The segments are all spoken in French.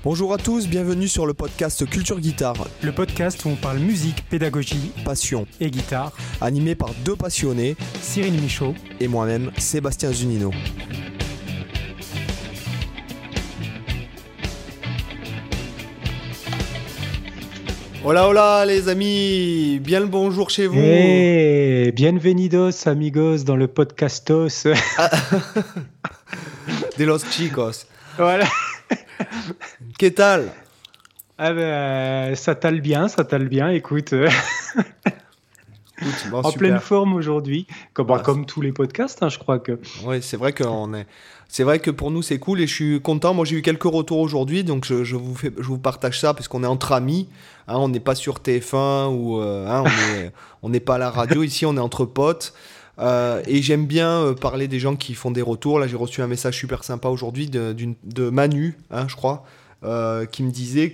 Bonjour à tous, bienvenue sur le podcast Culture Guitare. Le podcast où on parle musique, pédagogie, passion et guitare. Animé par deux passionnés, Cyril Michaud et moi-même, Sébastien Zunino. Hola hola les amis, bien le bonjour chez vous. Hey, bienvenidos amigos dans le podcastos. De los chicos. Voilà. ¿Qué tal? Ah ben, ça tale bien, écoute. Bon, en super. pleine forme aujourd'hui, comme tous les podcasts, je crois que. Oui, c'est vrai que pour nous c'est cool et je suis content. Moi j'ai eu quelques retours aujourd'hui, donc je vous partage ça parce qu'on est entre amis. Hein, on n'est pas sur TF1 ou on n'est pas à la radio ici, on est entre potes. Et j'aime bien parler des gens qui font des retours. Là j'ai reçu un message super sympa aujourd'hui de Manu, hein, je crois, qui me disait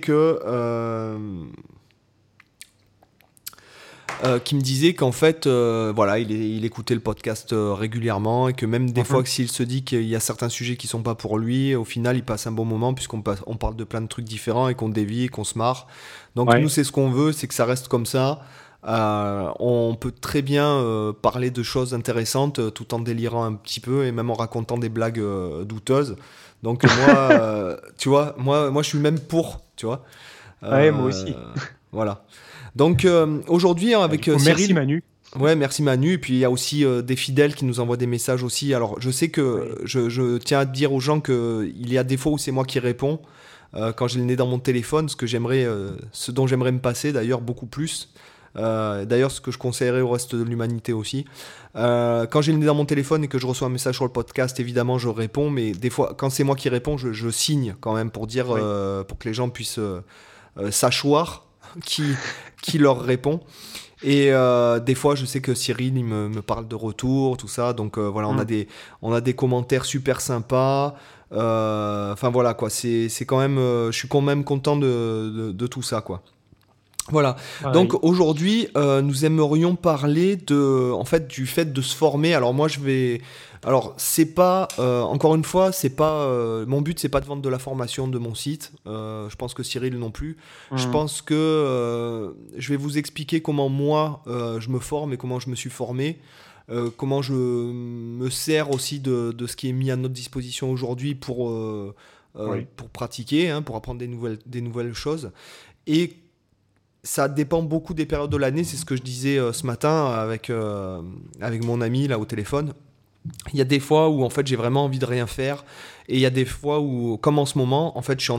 qu'en fait, voilà, il écoutait le podcast régulièrement et que même des fois, s'il se dit qu'il y a certains sujets qui sont pas pour lui, au final, il passe un bon moment puisqu'on parle de plein de trucs différents et qu'on dévie et qu'on se marre. Donc nous, c'est ce qu'on veut, c'est que ça reste comme ça. On peut très bien parler de choses intéressantes tout en délirant un petit peu et même en racontant des blagues douteuses. Donc moi, tu vois, moi je suis même pour, tu vois. Ouais, moi aussi. Voilà. Donc aujourd'hui avec Cyril... Merci Manu. Ouais, merci Manu. Et puis il y a aussi des fidèles qui nous envoient des messages aussi. Alors je sais que je tiens à dire aux gens qu'il y a des fois où c'est moi qui réponds quand j'ai le nez dans mon téléphone, ce dont j'aimerais me passer d'ailleurs beaucoup plus. D'ailleurs ce que je conseillerais au reste de l'humanité aussi. Quand j'ai le nez dans mon téléphone et que je reçois un message sur le podcast, évidemment je réponds, mais des fois quand c'est moi qui réponds, je signe quand même pour dire pour que les gens puissent s'asseoir qui leur répond. Et des fois je sais que Cyril il me parle de retour, tout ça, donc voilà, on a des commentaires super sympas. Enfin voilà quoi, c'est quand même je suis quand même content de tout ça quoi. Voilà. Donc aujourd'hui, nous aimerions parler du fait de se former. Alors moi, c'est pas encore une fois, c'est pas mon but, c'est pas de vendre de la formation de mon site. Je pense que Cyril non plus. Je pense que je vais vous expliquer comment moi je me forme et comment je me suis formé. Comment je me sers aussi de ce qui est mis à notre disposition aujourd'hui pour pratiquer, hein, pour apprendre des nouvelles choses. Et ça dépend beaucoup des périodes de l'année, c'est ce que je disais ce matin avec mon ami là au téléphone. Il y a des fois où en fait j'ai vraiment envie de rien faire et il y a des fois où, comme en ce moment, en fait j'ai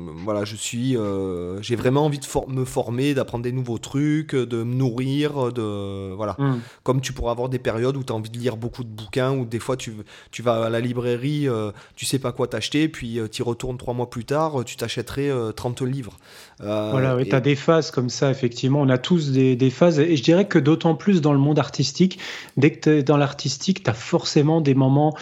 vraiment envie de me former, d'apprendre des nouveaux trucs, de me nourrir, voilà. Comme tu pourras avoir des périodes où tu as envie de lire beaucoup de bouquins, ou des fois tu vas à la librairie, tu sais pas quoi t'acheter, puis tu y retournes 3 mois plus tard, tu t'achèterais 30 livres. Voilà, tu as des phases comme ça, effectivement. On a tous des phases. Et je dirais que d'autant plus dans le monde artistique, dès que tu es dans l'artistique, tu as forcément des moments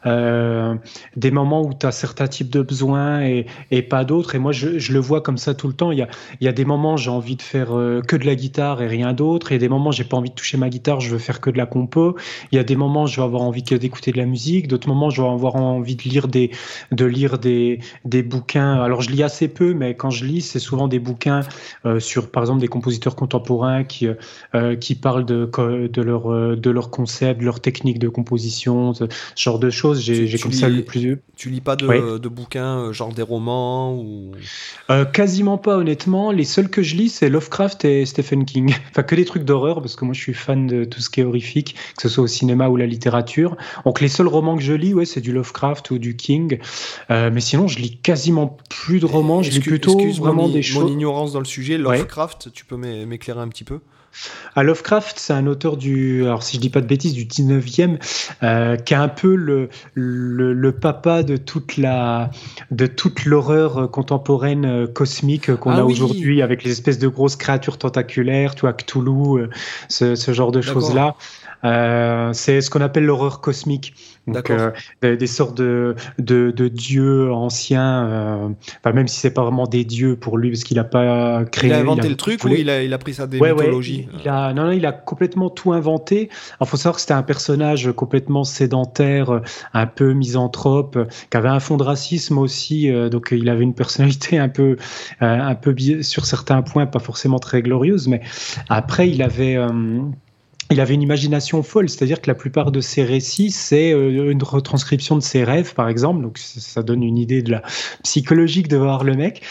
où tu as certains types de besoins et pas d'autres. Et moi, je le vois comme ça tout le temps. Il y a des moments, j'ai envie de faire que de la guitare et rien d'autre. Et des moments, j'ai pas envie de toucher ma guitare, je veux faire que de la compo. Il y a des moments, je vais avoir envie d'écouter de la musique. D'autres moments, je vais avoir envie de lire des bouquins. Alors, je lis assez peu, mais quand je lis, c'est souvent des bouquins sur, par exemple, des compositeurs contemporains qui parlent de leurs concepts, de leurs techniques de composition, ce genre de choses. J'ai comme ça le plus... Tu lis pas de bouquins, genre des romans ou... Quasiment pas, honnêtement. Les seuls que je lis, c'est Lovecraft et Stephen King. Enfin, que des trucs d'horreur, parce que moi, je suis fan de tout ce qui est horrifique, que ce soit au cinéma ou la littérature. Donc, les seuls romans que je lis, c'est du Lovecraft ou du King. Mais sinon, je lis quasiment plus de romans. Je lis plutôt vraiment des choses... Mon ignorance dans le sujet, Lovecraft, tu peux m'éclairer un petit peu? Lovecraft, c'est un auteur alors si je dis pas de bêtises, du 19e, qui est un peu le papa de toute l'horreur contemporaine cosmique qu'on a aujourd'hui, avec les espèces de grosses créatures tentaculaires, tu vois, Cthulhu, ce genre de choses-là. C'est ce qu'on appelle l'horreur cosmique. Donc, des sortes de dieux anciens, même si c'est pas vraiment des dieux pour lui, parce qu'il a pas créé. Il a inventé le truc ou il a pris ça des mythologies? aussi. Il a complètement tout inventé. Il faut savoir que c'était un personnage complètement sédentaire, un peu misanthrope, qui avait un fond de racisme aussi. Donc il avait une personnalité un peu sur certains points, pas forcément très glorieuse, mais après il avait une imagination folle, c'est-à-dire que la plupart de ses récits, c'est une retranscription de ses rêves, par exemple. Donc ça donne une idée de la psychologique de voir le mec.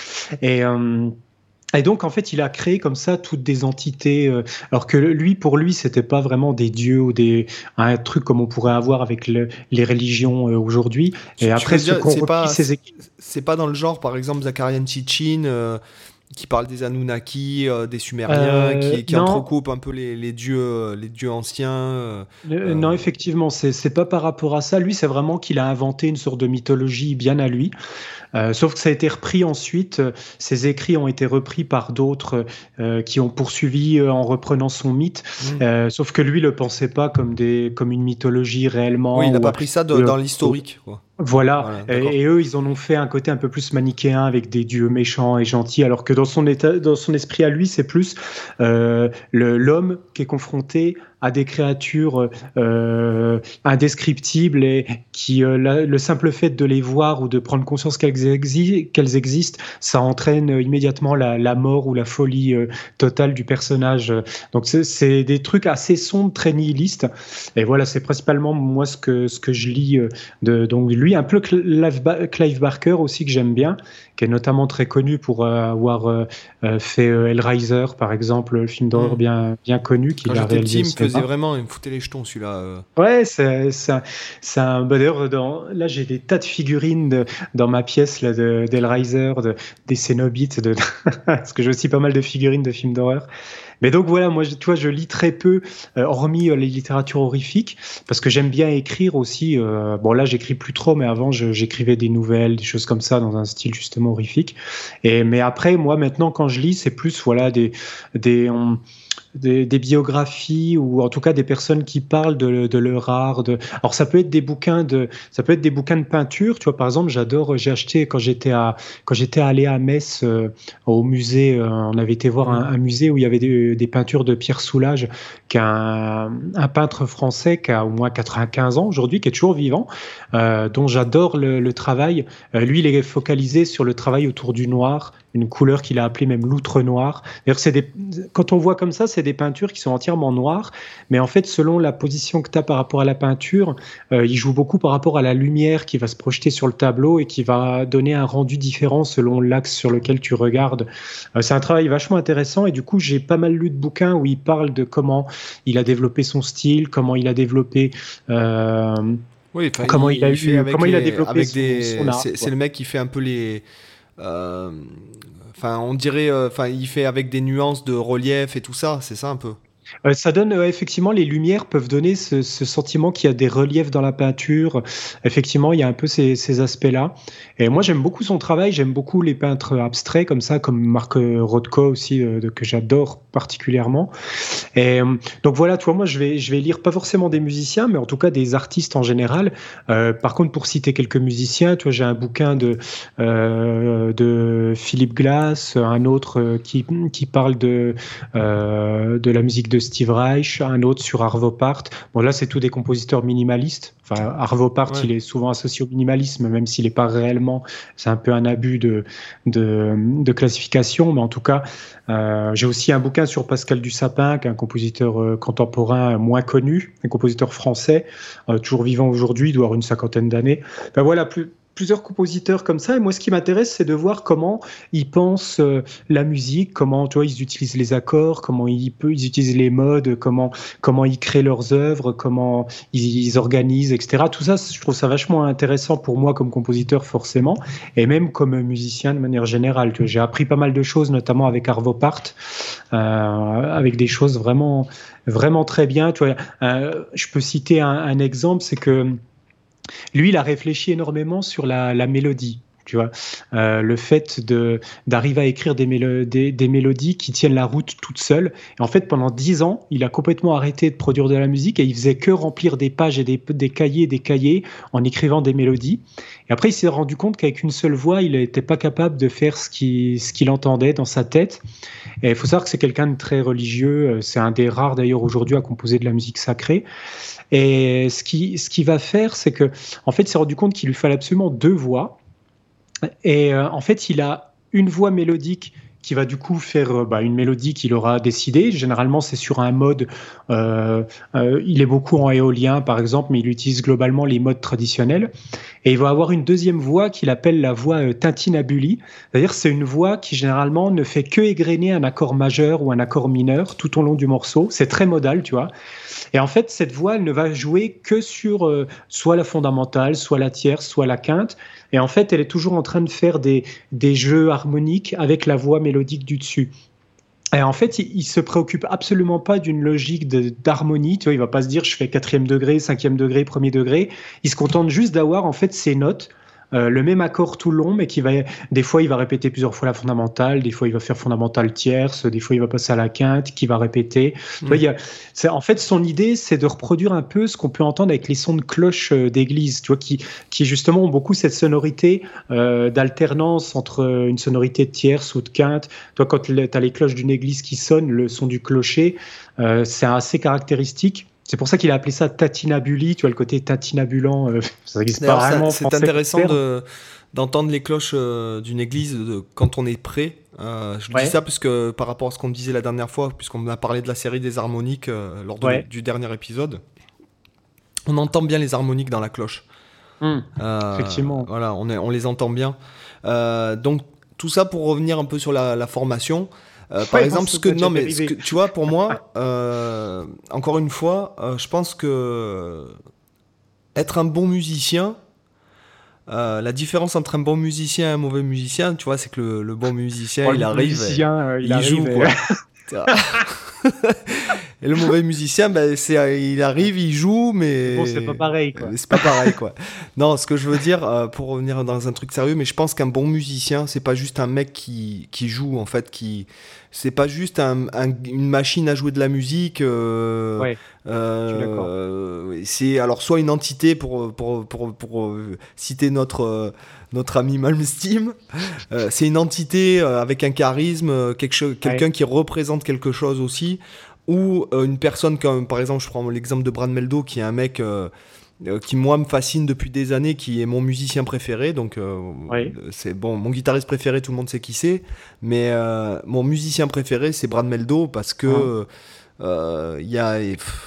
Et donc, en fait, il a créé comme ça toutes des entités, alors que pour lui, c'était pas vraiment des dieux ou un truc comme on pourrait avoir avec les religions aujourd'hui. Et après, c'est pas dans le genre, par exemple, Zakarian Sitchin, qui parle des Anunnaki, des Sumériens, qui entrecoupe un peu les dieux anciens. Non, effectivement, c'est pas par rapport à ça. Lui, c'est vraiment qu'il a inventé une sorte de mythologie bien à lui. Sauf que ça a été repris ensuite, ses écrits ont été repris par d'autres qui ont poursuivi en reprenant son mythe, sauf que lui le pensait pas comme une mythologie réellement. Oui, il n'a pas pris ça dans l'historique, quoi. Voilà, et eux, ils en ont fait un côté un peu plus manichéen avec des dieux méchants et gentils, alors que dans son esprit à lui, c'est plus l'homme qui est confronté à des créatures indescriptibles et qui, le simple fait de les voir ou de prendre conscience qu'elles existent, ça entraîne immédiatement la mort ou la folie totale du personnage. Donc c'est des trucs assez sombres, très nihilistes. Et voilà, c'est principalement moi ce que je lis donc lui, un peu Clive Barker aussi que j'aime bien, qui est notamment très connu pour avoir fait Hellraiser, par exemple, le film d'horreur bien connu qu'il a réalisé. Il me faisait vraiment, il me foutait les jetons celui-là. Ouais, c'est un. D'ailleurs, là j'ai des tas de figurines dans ma pièce là, d'Hellraiser, des Cénobites, parce que j'ai aussi pas mal de figurines de films d'horreur. Mais donc voilà, moi, tu vois, je lis très peu, hormis les littératures horrifiques, parce que j'aime bien écrire aussi. Bon, là, j'écris plus trop, mais avant, j'écrivais des nouvelles, des choses comme ça, dans un style justement horrifique. Mais après, moi, maintenant, quand je lis, c'est plus, voilà, des biographies ou en tout cas des personnes qui parlent de leur art. Alors ça peut être des bouquins de peinture. Tu vois, par exemple, j'ai acheté quand j'étais allé à Metz au musée. On avait été voir un musée où il y avait des peintures de Pierre Soulages, qui est un peintre français qui a au moins 95 ans aujourd'hui, qui est toujours vivant, dont j'adore le travail. Lui, il est focalisé sur le travail autour du noir, une couleur qu'il a appelée même l'outre noir. D'ailleurs, quand on voit comme ça, c'est des peintures qui sont entièrement noires, mais en fait, selon la position que tu as par rapport à la peinture, il joue beaucoup par rapport à la lumière qui va se projeter sur le tableau et qui va donner un rendu différent selon l'axe sur lequel tu regardes. C'est un travail vachement intéressant et du coup, j'ai pas mal lu de bouquins où il parle de comment il a développé son style, comment il a développé... comment il a développé son art. C'est le mec qui fait un peu les... on dirait, il fait avec des nuances de relief et tout ça, c'est ça un peu. Ça donne, effectivement, les lumières peuvent donner ce sentiment qu'il y a des reliefs dans la peinture. Effectivement, il y a un peu ces aspects-là. Et moi, j'aime beaucoup son travail. J'aime beaucoup les peintres abstraits comme ça, comme Mark Rothko aussi, que j'adore particulièrement. Et donc voilà, tu vois, moi, je vais lire pas forcément des musiciens, mais en tout cas des artistes en général. Par contre, pour citer quelques musiciens, tu vois, j'ai un bouquin de Philip Glass, un autre qui parle de la musique de Steve Reich, un autre sur Arvo Pärt. Bon, là, c'est tous des compositeurs minimalistes. Enfin, Arvo Pärt, il est souvent associé au minimalisme, même s'il n'est pas réellement. C'est un peu un abus de classification, mais en tout cas, j'ai aussi un bouquin sur Pascal Dussapin, qui est un compositeur contemporain moins connu, un compositeur français, toujours vivant aujourd'hui, il doit avoir une 50aine d'années. Ben voilà, plusieurs compositeurs comme ça, et moi ce qui m'intéresse c'est de voir comment ils pensent la musique, comment tu vois, ils utilisent les accords, comment ils utilisent les modes, comment ils créent leurs œuvres, comment ils organisent, etc. Tout ça, je trouve ça vachement intéressant pour moi comme compositeur forcément, et même comme musicien de manière générale. Tu vois, j'ai appris pas mal de choses, notamment avec Arvo Pärt, avec des choses vraiment, vraiment très bien. Tu vois, je peux citer un exemple, c'est que lui, il a réfléchi énormément sur la mélodie. Tu vois, le fait d'arriver à écrire des mélodies qui tiennent la route toutes seules. Et en fait, pendant 10 ans, il a complètement arrêté de produire de la musique et il faisait que remplir des pages et des cahiers en écrivant des mélodies. Et après, il s'est rendu compte qu'avec une seule voix, il n'était pas capable de faire ce qu'il entendait dans sa tête. Et il faut savoir que c'est quelqu'un de très religieux. C'est un des rares d'ailleurs aujourd'hui à composer de la musique sacrée. Et ce qu'il va faire, c'est que, en fait, il s'est rendu compte qu'il lui fallait absolument 2 voix. Et en fait, il a une voix mélodique qui va du coup faire une mélodie qu'il aura décidée. Généralement, c'est sur un mode. Il est beaucoup en éolien, par exemple, mais il utilise globalement les modes traditionnels. Et il va avoir une deuxième voix qu'il appelle la voix tintinnabuli. C'est-à-dire, c'est une voix qui généralement ne fait que égrener un accord majeur ou un accord mineur tout au long du morceau. C'est très modal, tu vois. Et en fait, cette voix, elle ne va jouer que sur soit la fondamentale, soit la tierce, soit la quinte. Et en fait, elle est toujours en train de faire des jeux harmoniques avec la voix mélodique du dessus. Et en fait, il se préoccupe absolument pas d'une logique d'harmonie. Tu vois, il va pas se dire je fais 4e degré, 5e degré, 1er degré. Il se contente juste d'avoir en fait ces notes. Le même accord tout le long, mais des fois il va répéter plusieurs fois la fondamentale, des fois il va faire fondamentale tierce, des fois il va passer à la quinte, qui va répéter. Tu vois, en fait, son idée, c'est de reproduire un peu ce qu'on peut entendre avec les sons de cloche d'église, tu vois, qui justement ont beaucoup cette sonorité d'alternance entre une sonorité de tierce ou de quinte. Toi, quand tu as les cloches d'une église qui sonnent, le son du clocher, c'est assez caractéristique. C'est pour ça qu'il a appelé ça tatinabuli, tu vois, le côté tatinabulant. Ça n'existe pas vraiment. C'est intéressant d'entendre les cloches d'une église quand on est prêt. Je dis ça parce que par rapport à ce qu'on disait la dernière fois, puisqu'on a parlé de la série des harmoniques lors du dernier épisode, on entend bien les harmoniques dans la cloche. Effectivement. Voilà, on les entend bien. Donc tout ça pour revenir un peu sur la formation. Par exemple, tu vois, pour moi, encore une fois, je pense que être un bon musicien, la différence entre un bon musicien et un mauvais musicien, tu vois, c'est que le bon musicien, il arrive, il joue, quoi. Et le mauvais musicien, il arrive, il joue, mais bon, c'est pas pareil, quoi. C'est pas pareil, quoi. Non, ce que je veux dire, pour revenir dans un truc sérieux, mais je pense qu'un bon musicien, c'est pas juste un mec qui joue, en fait, c'est pas juste une machine à jouer de la musique. Je suis d'accord. C'est alors soit une entité pour citer notre ami Malmsteen. C'est une entité avec un charisme, quelqu'un qui représente quelque chose aussi. Ou une personne comme, par exemple, je prends l'exemple de Brad Mehldau, qui est un mec qui, moi, me fascine depuis des années, qui est mon musicien préféré. Donc, c'est bon, mon guitariste préféré, tout le monde sait qui c'est. Mais mon musicien préféré, c'est Brad Mehldau, parce que il y a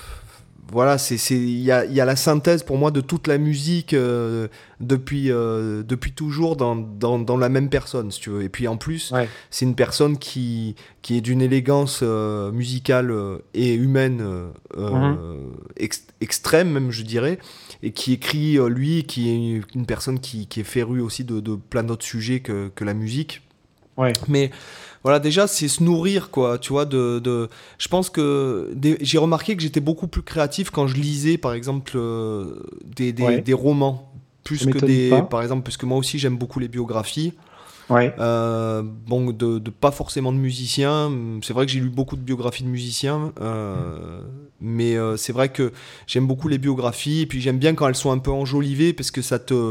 la synthèse pour moi de toute la musique depuis toujours dans la même personne, si tu veux. Et puis en plus, c'est une personne qui est d'une élégance musicale et humaine extrême, même, je dirais, et qui écrit, lui, qui est une personne qui est férue aussi de plein d'autres sujets que la musique. Mais voilà, déjà, c'est se nourrir, quoi, tu vois, je pense que j'ai remarqué que j'étais beaucoup plus créatif quand je lisais, par exemple, des romans, plus que par exemple, parce que moi aussi, j'aime beaucoup les biographies. Bon, de pas forcément de musiciens. C'est vrai que j'ai lu beaucoup de biographies de musiciens, mais c'est vrai que j'aime beaucoup les biographies, et puis j'aime bien quand elles sont un peu enjolivées, parce que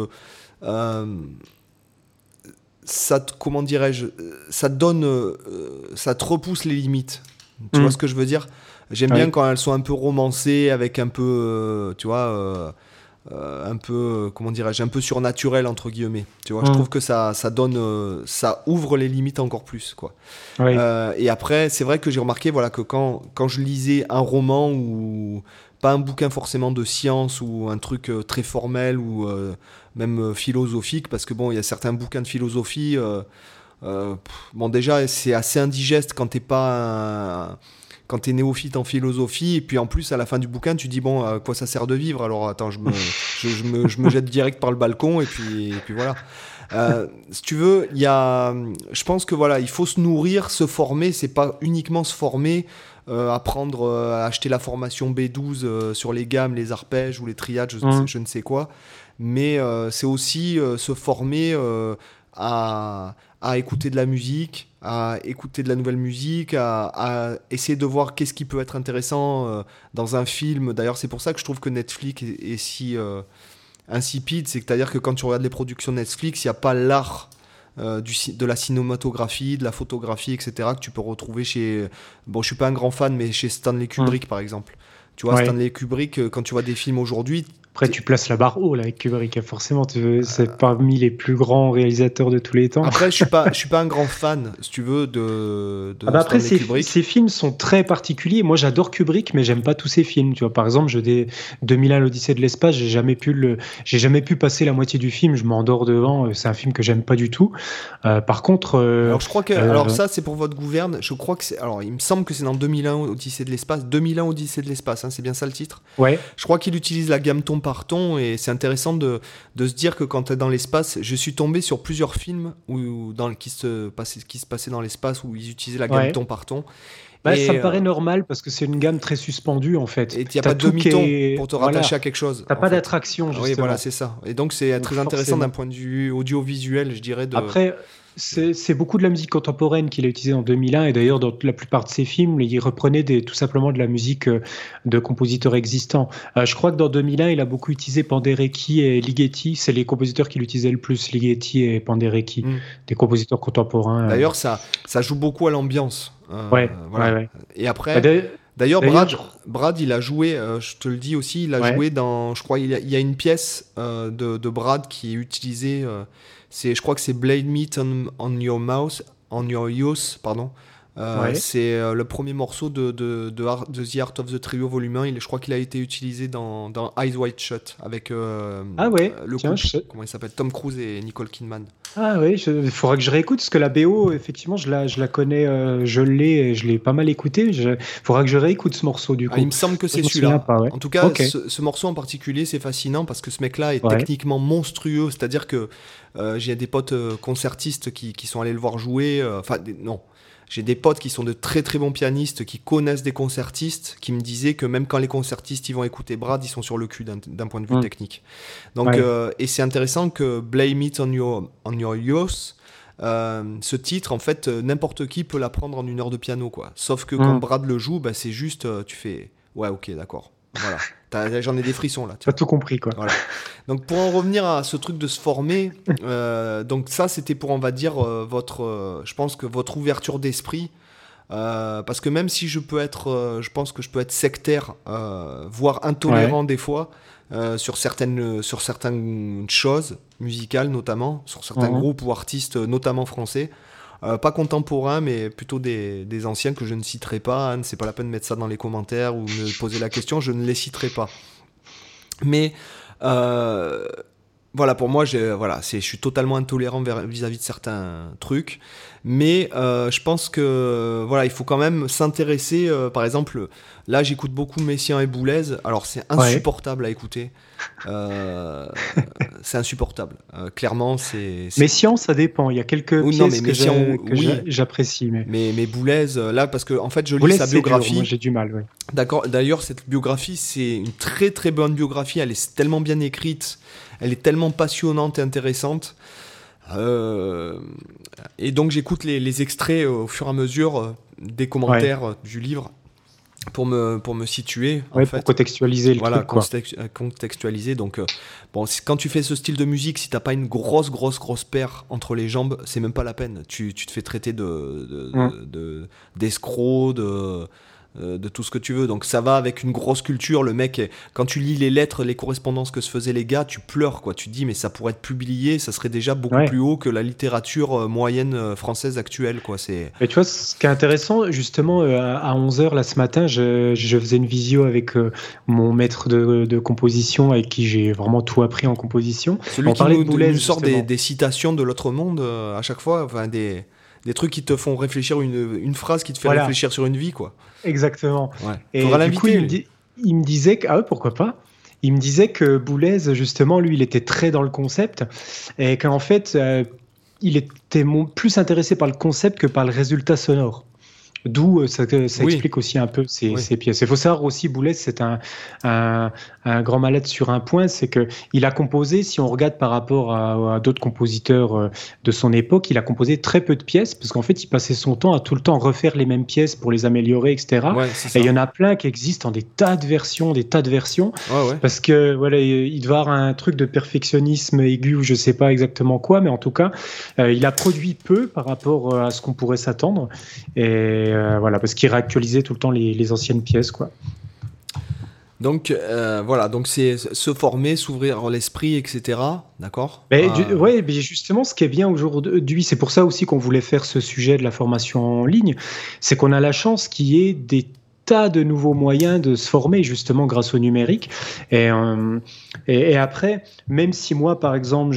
comment dirais-je, ça te repousse les limites. Tu vois ce que je veux dire ? J'aime bien quand elles sont un peu romancées, avec un peu, tu vois, un peu, comment dirais-je, un peu surnaturel, entre guillemets. Tu vois, je trouve que ça donne, ça ouvre les limites encore plus, quoi. Et après, c'est vrai que j'ai remarqué, voilà, que quand je lisais un roman, ou pas un bouquin forcément de science, ou un truc très formel, ou même philosophique, parce que bon, il y a certains bouquins de philosophie, bon, déjà, c'est assez indigeste quand t'es néophyte en philosophie, et puis en plus à la fin du bouquin tu dis bon, à quoi ça sert de vivre, alors attends, je me jette direct par le balcon, et puis voilà. Si tu veux, je pense que voilà, il faut se nourrir, se former. C'est pas uniquement se former apprendre à acheter la formation B12 sur les gammes, les arpèges ou les triades, je ne sais quoi. Mais c'est aussi se former à écouter de la musique, à écouter de la nouvelle musique, à essayer de voir qu'est-ce qui peut être intéressant dans un film. D'ailleurs, c'est pour ça que je trouve que Netflix est si insipide. C'est-à-dire que quand tu regardes les productions Netflix, il n'y a pas l'art de la cinématographie, de la photographie, etc., que tu peux retrouver chez... Bon, je ne suis pas un grand fan, mais chez Stanley Kubrick, par exemple. Tu vois, Stanley Kubrick, quand tu vois des films aujourd'hui... Après, tu places la barre haut là, avec Kubrick. Forcément, c'est parmi les plus grands réalisateurs de tous les temps. Après, je suis pas un grand fan, si tu veux, de après, Stanley Kubrick. Ces films sont très particuliers. Moi, j'adore Kubrick, mais j'aime pas tous ses films. Tu vois, par exemple, 2001, l'Odyssée de l'espace, j'ai jamais pu passer la moitié du film. Je m'endors devant. C'est un film que j'aime pas du tout. Par contre, alors je crois que, alors ça, c'est pour votre gouverne. Je crois que alors il me semble que c'est dans 2001, Odyssée de l'espace. 2001, Odyssée de l'espace, hein, c'est bien ça le titre. Ouais. Je crois qu'il utilise la gamme ton par ton, et c'est intéressant de se dire que quand tu es dans l'espace, je suis tombé sur plusieurs films qui se passaient dans l'espace où ils utilisaient la gamme ton par ton. Bah, ça me paraît normal parce que c'est une gamme très suspendue en fait. Et il n'y a pas de demi-ton pour te rattacher à quelque chose. T'as pas d'attraction justement. Oui, voilà, c'est ça. Et donc c'est très intéressant d'un point de vue audiovisuel, je dirais. Après, c'est beaucoup de la musique contemporaine qu'il a utilisée en 2001, et d'ailleurs dans la plupart de ses films, il reprenait tout simplement de la musique de compositeurs existants. Je crois que dans 2001, il a beaucoup utilisé Penderecki et Ligeti. C'est les compositeurs qu'il utilisait le plus, Ligeti et Penderecki, des compositeurs contemporains. D'ailleurs, ça joue beaucoup à l'ambiance. Voilà. Ouais. Et après, d'ailleurs, Brad, il a joué, je te le dis aussi, il a joué dans, je crois, il y a une pièce de Brad qui est utilisée, je crois que c'est Blade Meat on Your Mouth, on Your Youth, pardon. C'est le premier morceau de The Art of the Trio Volume 1. Je crois qu'il a été utilisé dans Eyes Wide Shut avec le couple, comment il s'appelle, Tom Cruise et Nicole Kidman. Ah oui, il faudra que je réécoute parce que la BO, effectivement, je la connais, je l'ai pas mal écouté. Il faudra que je réécoute ce morceau du coup. Il me semble que c'est celui-là. En tout cas, ce morceau en particulier, c'est fascinant parce que ce mec-là est techniquement monstrueux. C'est-à-dire que j'ai des potes concertistes qui sont allés le voir jouer. J'ai des potes qui sont de très très bons pianistes, qui connaissent des concertistes, qui me disaient que même quand les concertistes ils vont écouter Brad, ils sont sur le cul d'un point de vue technique. Donc, et c'est intéressant que Blame It on Your Youth, ce titre, en fait, n'importe qui peut l'apprendre en 1 heure de piano, quoi. Sauf que quand Brad le joue, c'est juste, tu fais, ouais, ok, d'accord. Voilà. J'en ai des frissons là. Tu as tout compris, quoi. Voilà. Donc pour en revenir à ce truc de se former, donc ça c'était pour, on va dire, je pense que votre ouverture d'esprit, parce que même si je pense que je peux être sectaire, voire intolérant des fois, sur certaines choses musicales notamment, sur certains groupes ou artistes notamment français. Pas contemporains, mais plutôt des anciens que je ne citerai pas. C'est pas la peine de mettre ça dans les commentaires ou me poser la question, je ne les citerai pas. Mais voilà, pour moi, je suis totalement intolérant vis-à-vis de certains trucs. Mais je pense que il faut quand même s'intéresser. Par exemple, là, j'écoute beaucoup Messiaen et Boulez. Alors, c'est insupportable à écouter. C'est insupportable. Clairement, c'est... Messiaen, ça dépend. Il y a quelques pièces que j'apprécie. Mais Boulez, là, parce que en fait, je lis sa biographie. Dur, moi, j'ai du mal. Ouais. D'accord. D'ailleurs, cette biographie, c'est une très très bonne biographie. Elle est tellement bien écrite. Elle est tellement passionnante et intéressante. Et donc j'écoute les extraits au fur et à mesure des commentaires du livre pour me situer. En fait. Pour contextualiser le truc. Contextualiser. Donc, quand tu fais ce style de musique, si t'as pas une grosse paire entre les jambes, c'est même pas la peine. Tu te fais traiter d'escroc, de tout ce que tu veux. Donc ça va avec une grosse culture. Le mec, quand tu lis les lettres, les correspondances que se faisaient les gars, tu pleures, quoi. Tu te dis mais ça pourrait être publié, ça serait déjà beaucoup plus haut que la littérature moyenne française actuelle, quoi. Mais tu vois, ce qui est intéressant, justement, à 11h là ce matin, je faisais une visio avec mon maître de composition avec qui j'ai vraiment tout appris en composition. Celui qui nous sort des citations de l'autre monde à chaque fois, enfin des trucs qui te font réfléchir, une phrase qui te fait réfléchir sur une vie, quoi. Exactement. Ouais. Et du coup, il me disait que... pourquoi pas. Il me disait que Boulez, justement, lui, il était très dans le concept et qu'en fait, il était plus intéressé par le concept que par le résultat sonore. D'où ça Oui. explique aussi un peu Oui. ces pièces. Il faut savoir aussi, Boulez, c'est un grand malade sur un point, c'est qu'il a composé, si on regarde par rapport à d'autres compositeurs de son époque, il a composé très peu de pièces, parce qu'en fait, il passait son temps à tout le temps refaire les mêmes pièces pour les améliorer, etc. Ouais, c'est Et il y ça. en a plein qui existent en des tas de versions, Ouais, ouais. parce que voilà, il doit avoir un truc de perfectionnisme aigu ou je sais pas exactement quoi, mais en tout cas, il a produit peu par rapport à ce qu'on pourrait s'attendre. Et voilà, parce qu'il réactualisait tout le temps les anciennes pièces, quoi. Donc voilà, donc c'est se former, s'ouvrir l'esprit, etc. D'accord. Ouais, mais justement, ce qui est bien aujourd'hui, c'est pour ça aussi qu'on voulait faire ce sujet de la formation en ligne, c'est qu'on a la chance qu'il y ait des tas de nouveaux moyens de se former justement grâce au numérique. Et, et après, même si moi, par exemple,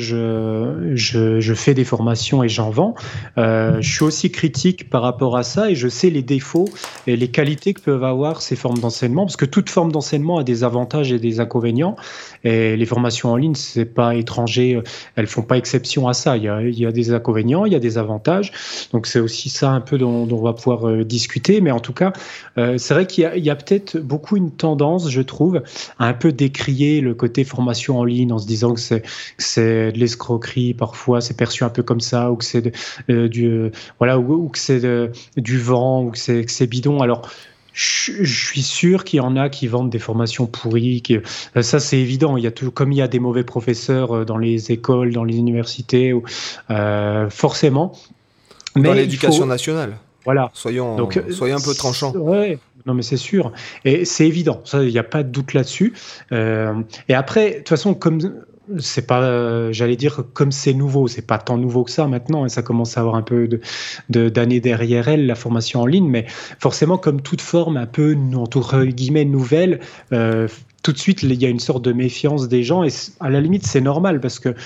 je fais des formations et j'en vends, je suis aussi critique par rapport à ça et je sais les défauts et les qualités que peuvent avoir ces formes d'enseignement, parce que toute forme d'enseignement a des avantages et des inconvénients. Et les formations en ligne, c'est pas étranger, elles font pas exception à ça. Il y a des inconvénients, il y a des avantages. Donc c'est aussi ça un peu dont on va pouvoir discuter. Mais en tout cas, c'est vrai qu'il y a peut-être beaucoup une tendance, je trouve, à un peu décrier le côté formation en ligne en se disant que c'est de l'escroquerie, parfois c'est perçu un peu comme ça, ou que c'est voilà, ou que c'est du vent, ou que c'est bidon. Alors, je suis sûr qu'il y en a qui vendent des formations pourries. Ça, c'est évident. Il y a tout, comme il y a des mauvais professeurs dans les écoles, dans les universités, forcément. Dans Mais l'éducation nationale. voilà. Soyons Donc, un peu tranchants. ouais, non, mais c'est sûr. Et c'est évident. Ça, il n'y a pas de doute là-dessus. Et après, de toute façon, comme c'est pas, j'allais dire, comme c'est nouveau, c'est pas tant nouveau que ça maintenant, et ça commence à avoir un peu d'années derrière elle, la formation en ligne, mais forcément, comme toute forme un peu, entre guillemets, nouvelle, tout de suite, il y a une sorte de méfiance des gens, et à la limite, c'est normal, parce que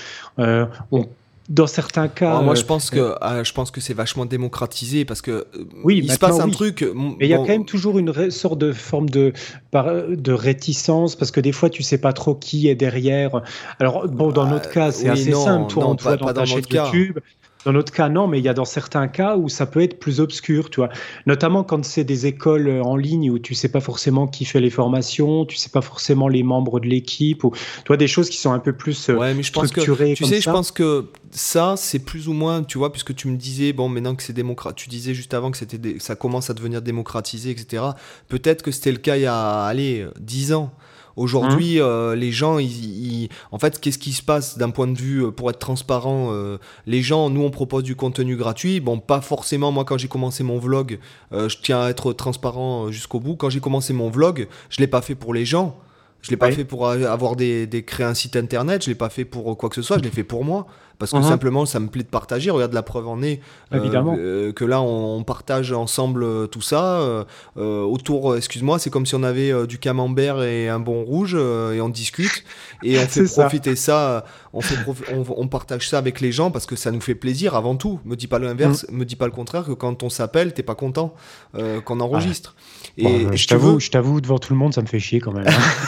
dans certains cas... Moi, je pense que c'est vachement démocratisé parce que oui, il se passe un oui. truc. Mais il y a quand même toujours une sorte de forme de réticence parce que des fois, tu sais pas trop qui est derrière. Alors, bon, dans notre cas, c'est oui, assez simple. Toi, on te voit dans pas ta dans chaîne notre cas. YouTube. Dans notre cas, non, mais il y a dans certains cas où ça peut être plus obscur, tu vois. Notamment quand c'est des écoles en ligne où tu sais pas forcément qui fait les formations, tu sais pas forcément les membres de l'équipe, ou tu vois, des choses qui sont un peu plus Ouais, mais je pense que, structurées tu comme sais, ça. je pense que ça, c'est plus ou moins, tu vois, puisque tu me disais, bon, maintenant que c'est démocratique, tu disais juste avant que ça commence à devenir démocratisé, etc. Peut-être que c'était le cas il y a, allez, 10 ans. Aujourd'hui, les gens, en fait, qu'est-ce qui se passe d'un point de vue, pour être transparent, les gens, nous, on propose du contenu gratuit. Bon, pas forcément, moi, quand j'ai commencé mon vlog, je tiens à être transparent jusqu'au bout. Quand j'ai commencé mon vlog, je l'ai pas fait pour les gens. Je l'ai pas fait pour avoir créer un site internet, je l'ai pas fait pour quoi que ce soit, je l'ai fait pour moi. Parce que simplement, ça me plaît de partager. Regarde, la preuve en est Évidemment. que là, on partage ensemble tout ça. Autour, excuse-moi, c'est comme si on avait du camembert et un bon rouge et on discute. Et on fait profiter ça, on partage ça avec les gens parce que ça nous fait plaisir avant tout. Me dis pas l'inverse, me dis pas le contraire, que quand on s'appelle, t'es pas content qu'on enregistre. Et bon, je t'avoue, devant tout le monde, ça me fait chier quand même.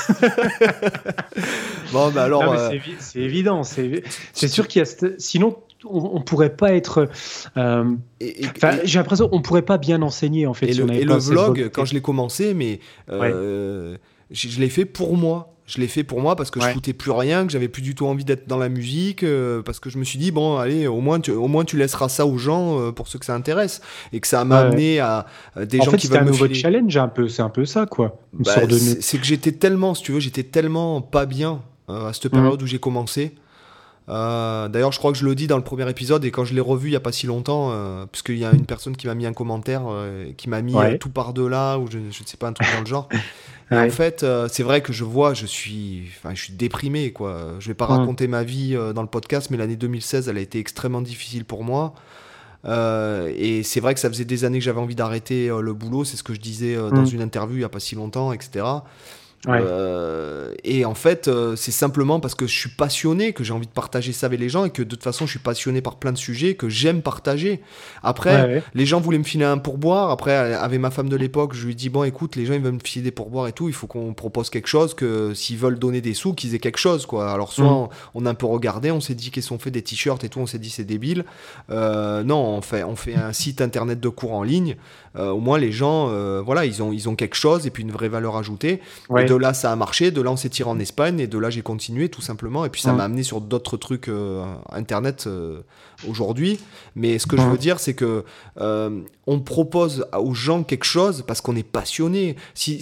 Bon, bah alors. Non, mais c'est évident. C'est sûr qu'il y a. Sinon, on pourrait pas être. J'ai l'impression qu'on pourrait pas bien enseigner en fait. Et, si on et le vlog, quand je l'ai commencé, mais je l'ai fait pour moi. Je l'ai fait pour moi parce que je foutais plus rien, que j'avais plus du tout envie d'être dans la musique, parce que je me suis dit, bon, allez, au moins tu laisseras ça aux gens pour ceux que ça intéresse. Et que ça m'a amené à des gens qui veulent me filer. C'est un nouveau challenge, c'est un peu ça, quoi. C'est que j'étais tellement, si tu veux, j'étais tellement pas bien à cette période où j'ai commencé. D'ailleurs, je crois que je le dis dans le premier épisode, et quand je l'ai revu il n'y a pas si longtemps, puisqu'il y a une personne qui m'a mis un commentaire, qui m'a mis tout par-delà, ou je ne sais pas, un truc dans le genre. Et en fait, c'est vrai que je suis déprimé, quoi. Je vais pas raconter ma vie dans le podcast, mais l'année 2016, elle a été extrêmement difficile pour moi. Et c'est vrai que ça faisait des années que j'avais envie d'arrêter le boulot, c'est ce que je disais dans une interview il n'y a pas si longtemps, etc. Ouais. Et en fait, c'est simplement parce que je suis passionné, que j'ai envie de partager ça avec les gens et que de toute façon, je suis passionné par plein de sujets que j'aime partager. Après, les gens voulaient me filer un pourboire. Après, avec ma femme de l'époque, je lui dis bon, écoute, les gens ils veulent me filer des pourboires et tout. Il faut qu'on propose quelque chose, que s'ils veulent donner des sous, qu'ils aient quelque chose, quoi. Alors soit on a un peu regardé, on s'est dit qu'ils ont fait des t-shirts et tout, on s'est dit c'est débile. Non, on fait un site internet de cours en ligne. Au moins les gens, voilà, ils ont quelque chose et puis une vraie valeur ajoutée. Et de là, ça a marché. De là, on s'est tiré en Espagne. Et de là, j'ai continué, tout simplement. Et puis, ça m'a amené sur d'autres trucs Internet aujourd'hui. Mais ce que je veux dire, c'est que on propose aux gens quelque chose parce qu'on est passionné.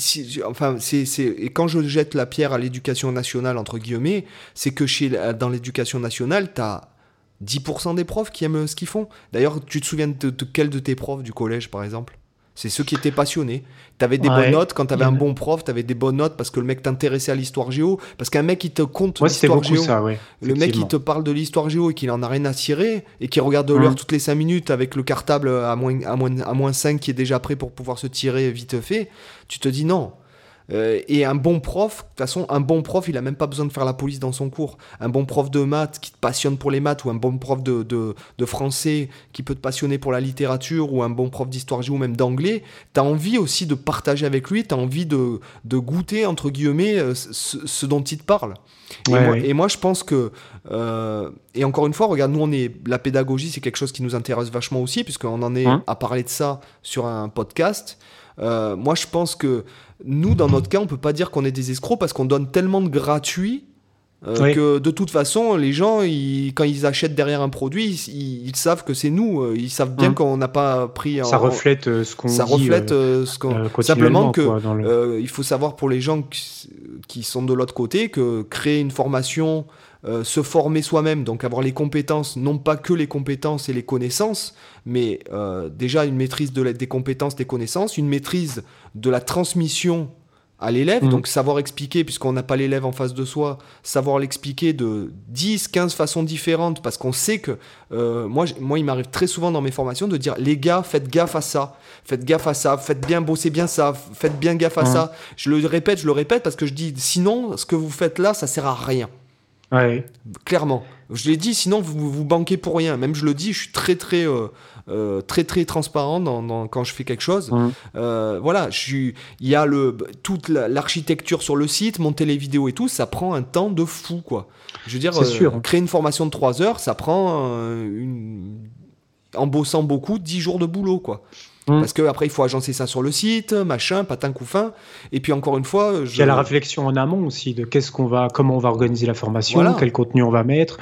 Et quand je jette la pierre à l'éducation nationale, entre guillemets, c'est que dans l'éducation nationale, tu as 10% des profs qui aiment ce qu'ils font. D'ailleurs, tu te souviens de quel de tes profs du collège, par exemple ? C'est ceux qui étaient passionnés. T'avais des bonnes notes. Quand t'avais un bon prof, t'avais des bonnes notes parce que le mec t'intéressait à l'histoire géo. Parce qu'un mec qui te compte l'histoire géo, le mec qui te parle de l'histoire géo et qu'il en a rien à cirer et qui regarde l'heure toutes les 5 minutes avec le cartable à moins 5 qui est déjà prêt pour pouvoir se tirer vite fait, tu te dis non. Et un bon prof, de toute façon, un bon prof, il a même pas besoin de faire la police dans son cours. Un bon prof de maths qui te passionne pour les maths, ou un bon prof de français qui peut te passionner pour la littérature, ou un bon prof d'histoire géo, ou même d'anglais, t'as envie aussi de partager avec lui, t'as envie de goûter, entre guillemets, ce dont il te parle. Et moi, je pense que... et encore une fois, regarde, nous, la pédagogie, c'est quelque chose qui nous intéresse vachement aussi, puisqu'on en est à parler de ça sur un podcast. Moi, je pense que nous, dans notre cas, on peut pas dire qu'on est des escrocs parce qu'on donne tellement de gratuits que de toute façon, les gens, quand ils achètent derrière un produit, ils savent que c'est nous. Ils savent bien qu'on n'a pas pris... Ça reflète ce qu'on dit. Ça reflète ce qu'on... Simplement que il faut savoir pour les gens qui sont de l'autre côté que créer une formation... se former soi-même, donc avoir les compétences, non pas que les compétences et les connaissances, mais déjà une maîtrise des compétences, des connaissances, une maîtrise de la transmission à l'élève, donc savoir expliquer, puisqu'on n'a pas l'élève en face de soi, savoir l'expliquer de 10, 15 façons différentes, parce qu'on sait que, moi, il m'arrive très souvent dans mes formations de dire, les gars, faites gaffe à ça, faites bien, bossez bien ça, faites bien gaffe à ça. Je le répète, parce que je dis, sinon, ce que vous faites là, ça sert à rien. Ouais. Clairement. Je l'ai dit, sinon vous banquez pour rien. Même je le dis, je suis très très transparent quand je fais quelque chose. Voilà, il y a toute l'architecture sur le site, monter les vidéos et tout, ça prend un temps de fou, quoi. Je veux dire, créer une formation de 3 heures, ça prend en bossant beaucoup 10 jours de boulot, quoi. Parce qu'après, il faut agencer ça sur le site, machin, patin couffin. Et puis encore une fois... Il y a la réflexion en amont aussi de comment on va organiser la formation, quel contenu on va mettre.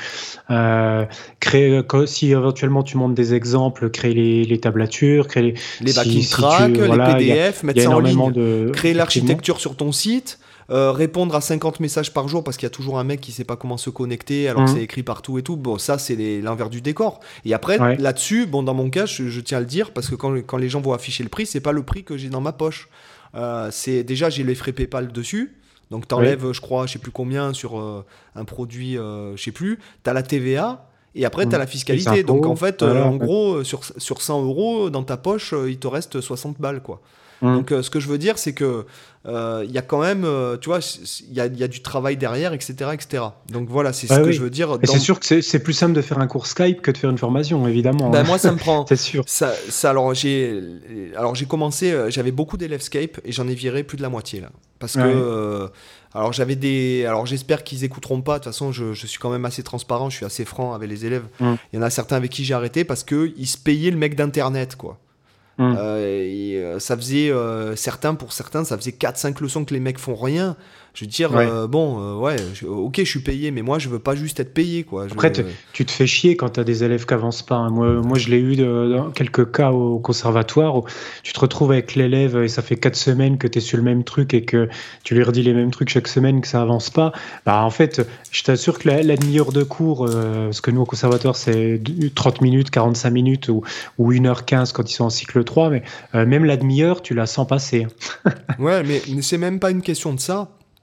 Si éventuellement tu montes des exemples, créer les tablatures, créer les backing tracks, les PDF, mettre ça en ligne, créer l'architecture sur ton site. Répondre à 50 messages par jour parce qu'il y a toujours un mec qui sait pas comment se connecter alors que c'est écrit partout et tout. Bon, ça c'est l'envers du décor. Et après là-dessus, bon, dans mon cas, je tiens à le dire parce que quand les gens vont afficher le prix, c'est pas le prix que j'ai dans ma poche. C'est déjà j'ai les frais PayPal dessus. Donc t'enlèves, je crois, je sais plus combien sur un produit, je sais plus. T'as la TVA. Et après, tu as la fiscalité. Donc, en fait, en gros, sur 100 euros, dans ta poche, il te reste 60 balles, quoi. Donc, ce que je veux dire, c'est que il y a quand même, tu vois, il y a du travail derrière, etc., etc. Donc, voilà, c'est ce que je veux dire. Et c'est sûr que c'est plus simple de faire un cours Skype que de faire une formation, évidemment. Ben, moi, ça me prend... c'est sûr. Alors, j'ai commencé... j'avais beaucoup d'élèves Skype et j'en ai viré plus de la moitié, là. Parce que... alors j'espère qu'ils écouteront pas. De toute façon, je suis quand même assez transparent, je suis assez franc avec les élèves. Il y en a certains avec qui j'ai arrêté parce que ils se payaient le mec d'internet, quoi. Ça faisait pour certains, ça faisait 4-5 leçons que les mecs font rien. Je veux dire, ok, je suis payé, mais moi, je veux pas juste être payé, quoi. Après, tu te fais chier quand tu as des élèves qui avancent pas. Hein. Moi, je l'ai eu dans quelques cas au conservatoire où tu te retrouves avec l'élève et ça fait 4 semaines que tu es sur le même truc et que tu lui redis les mêmes trucs chaque semaine, que ça avance pas. Bah, en fait, je t'assure que la demi-heure de cours, parce que nous, au conservatoire, c'est 30 minutes, 45 minutes ou 1h15 quand ils sont en cycle 3, mais même la demi-heure, tu la sens passer. Ouais, mais c'est même pas une question de ça.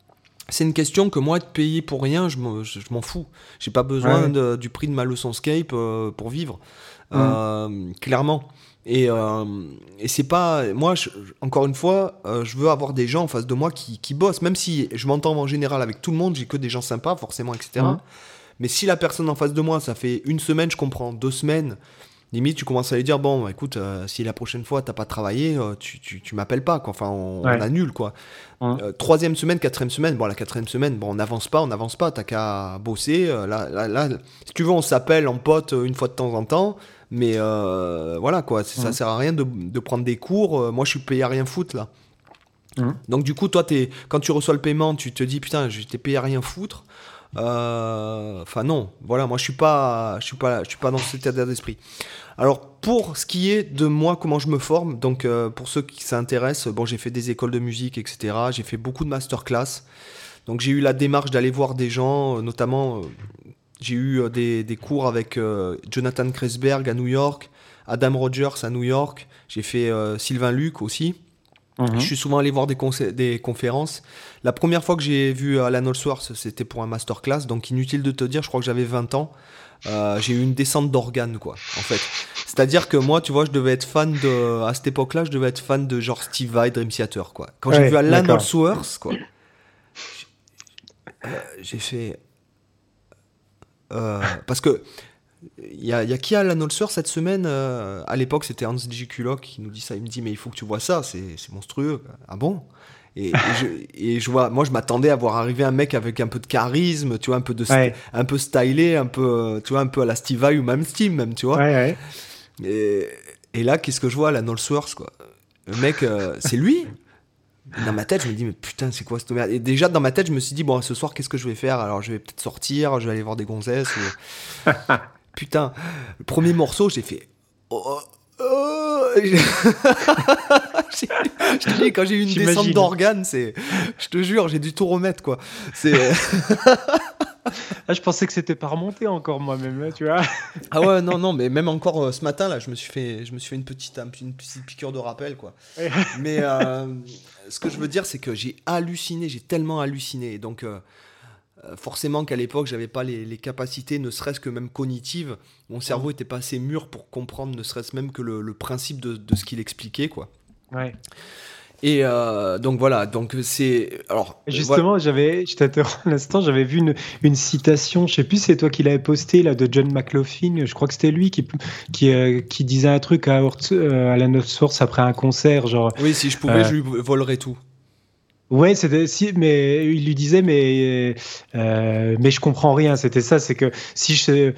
c'est une question que moi, être payé pour rien, je m'en fous. J'ai pas besoin du prix de ma leçon Scape pour vivre, clairement. Et c'est pas... Moi, encore une fois, je veux avoir des gens en face de moi qui bossent. Même si je m'entends en général avec tout le monde, j'ai que des gens sympas, forcément, etc. Mais si la personne en face de moi, ça fait une semaine, je comprends, 2 semaines... Limite, tu commences à lui dire, bon, écoute, si la prochaine fois, t'as pas travaillé, tu m'appelles pas, quoi. Enfin, on annule, quoi. 3e semaine, 4e semaine, bon, la 4e semaine, bon, on n'avance pas, t'as qu'à bosser. Là, si tu veux, on s'appelle en pote une fois de temps en temps, mais voilà, quoi. Ça sert à rien de prendre des cours. Moi, je suis payé à rien foutre, là. Donc, du coup, toi, quand tu reçois le paiement, tu te dis, putain, je t'ai payé à rien foutre. Enfin non, voilà, moi je suis pas dans cet état d'esprit. Alors pour ce qui est de moi, comment je me forme, donc pour ceux qui s'intéressent, bon, j'ai fait des écoles de musique, etc. J'ai fait beaucoup de masterclass. Donc j'ai eu la démarche d'aller voir des gens, notamment j'ai eu des cours avec Jonathan Kresberg à New York, Adam Rogers à New York. J'ai fait Sylvain Luc aussi. Je suis souvent allé voir des conférences. La première fois que j'ai vu Alan Allsworth, c'était pour un masterclass. Donc inutile de te dire, je crois que j'avais 20 ans. J'ai eu une descente d'organes, quoi, en fait. C'est-à-dire que moi, tu vois, à cette époque-là, je devais être fan de genre Steve Vai, Dream Theater, quoi. Quand j'ai vu Alan Allsworth, quoi, j'ai fait... parce que il y a qui a Alan Allsworth cette semaine à l'époque, c'était Hans J. Kulok qui nous dit ça. Il me dit, mais il faut que tu vois ça, c'est monstrueux. Ah bon? Et je vois, moi je m'attendais à voir arriver un mec avec un peu de charisme, tu vois, un peu stylé, un peu, tu vois, un peu à la Steve Vai ou même Steam, même, tu vois. Et là, qu'est-ce que je vois, Alan Allsworth, quoi? Le mec, c'est lui? Dans ma tête, je me dis, mais putain, c'est quoi cette merde? Et déjà, dans ma tête, je me suis dit, bon, ce soir, qu'est-ce que je vais faire? Alors, je vais peut-être sortir, je vais aller voir des gonzesses. Putain, le premier morceau, j'ai fait... Je te dis, quand j'ai eu une descente d'organes, je te jure, j'ai dû tout remettre, quoi. Je pensais que c'était pas remonté encore moi-même, là, tu vois. Ah ouais, non, mais même encore ce matin, là, je me suis fait une petite piqûre de rappel, quoi. Mais ce que je veux dire, c'est que j'ai tellement halluciné. Donc, forcément qu'à l'époque, j'avais pas les capacités, ne serait-ce que même cognitives. Mon cerveau était pas assez mûr pour comprendre, ne serait-ce même que le principe de ce qu'il expliquait, quoi. Ouais. Et donc voilà, donc c'est... Alors, justement, je t'interromps un instant, j'avais vu une citation, je sais plus si c'est toi qui l'avais posté là, de John McLaughlin, je crois que c'était lui qui disait un truc à Alan Allsworth après un concert, genre... Oui, si je pouvais, je lui volerais tout. Ouais, mais il lui disait, mais je comprends rien. C'était ça, c'est que si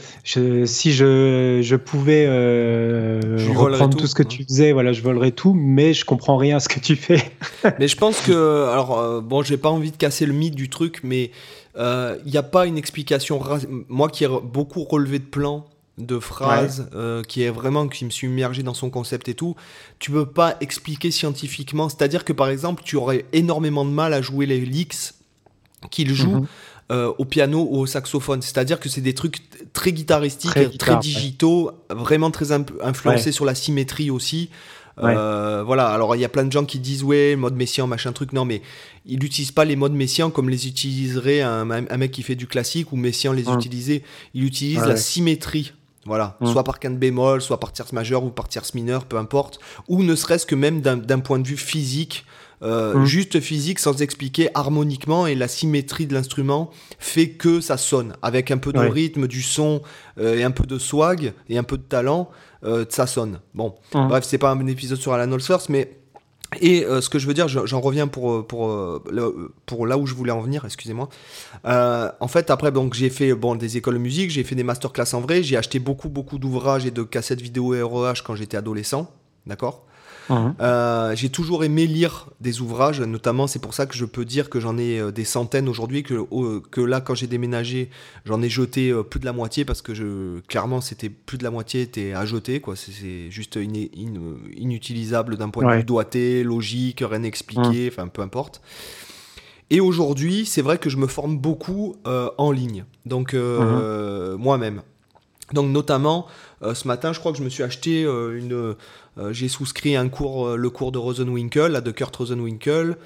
je pouvais reprendre tout ce que tu faisais, voilà, je volerais tout, mais je comprends rien à ce que tu fais. Mais je pense que, alors, bon, j'ai pas envie de casser le mythe du truc, mais il n'y a pas une explication. Moi qui ai beaucoup relevé de plans, de phrases, qui me suis immergé dans son concept et tout, tu peux pas expliquer scientifiquement. C'est-à-dire que par exemple, tu aurais énormément de mal à jouer les licks qu'il joue au piano ou au saxophone. C'est-à-dire que c'est des trucs très guitaristiques, très digitaux, vraiment très influencés sur la symétrie aussi. Voilà, alors il y a plein de gens qui disent mode messiaen, machin truc. Non, mais il n'utilise pas les modes messiaen comme les utiliserait un mec qui fait du classique ou messiaen les utilisait. Il utilise la symétrie. Voilà, soit par quinte bémol, soit par tierce majeure ou par tierce mineure, peu importe. Ou ne serait-ce que même d'un point de vue physique, juste physique, sans expliquer harmoniquement. Et la symétrie de l'instrument fait que ça sonne. Avec un peu de rythme, du son, et un peu de swag, et un peu de talent, ça sonne. Bon, bref, c'est pas un épisode sur Alan Allsworth, mais... Et ce que je veux dire, j'en reviens pour là où je voulais en venir, excusez-moi. En fait, après, donc, j'ai fait des écoles de musique, j'ai fait des masterclass en vrai, j'ai acheté beaucoup d'ouvrages et de cassettes vidéo REH quand j'étais adolescent, d'accord ? J'ai toujours aimé lire des ouvrages, notamment c'est pour ça que je peux dire que j'en ai des centaines aujourd'hui, que là quand j'ai déménagé j'en ai jeté plus de la moitié parce que clairement c'était plus de la moitié était à jeter, quoi. C'est juste inutilisable d'un point de vue doigté, logique, rien expliqué, enfin peu importe. Et aujourd'hui c'est vrai que je me forme beaucoup en ligne, donc moi-même. Donc notamment, ce matin, je crois que je me suis acheté j'ai souscrit le cours de Rosenwinkel, de Kurt Rosenwinkel.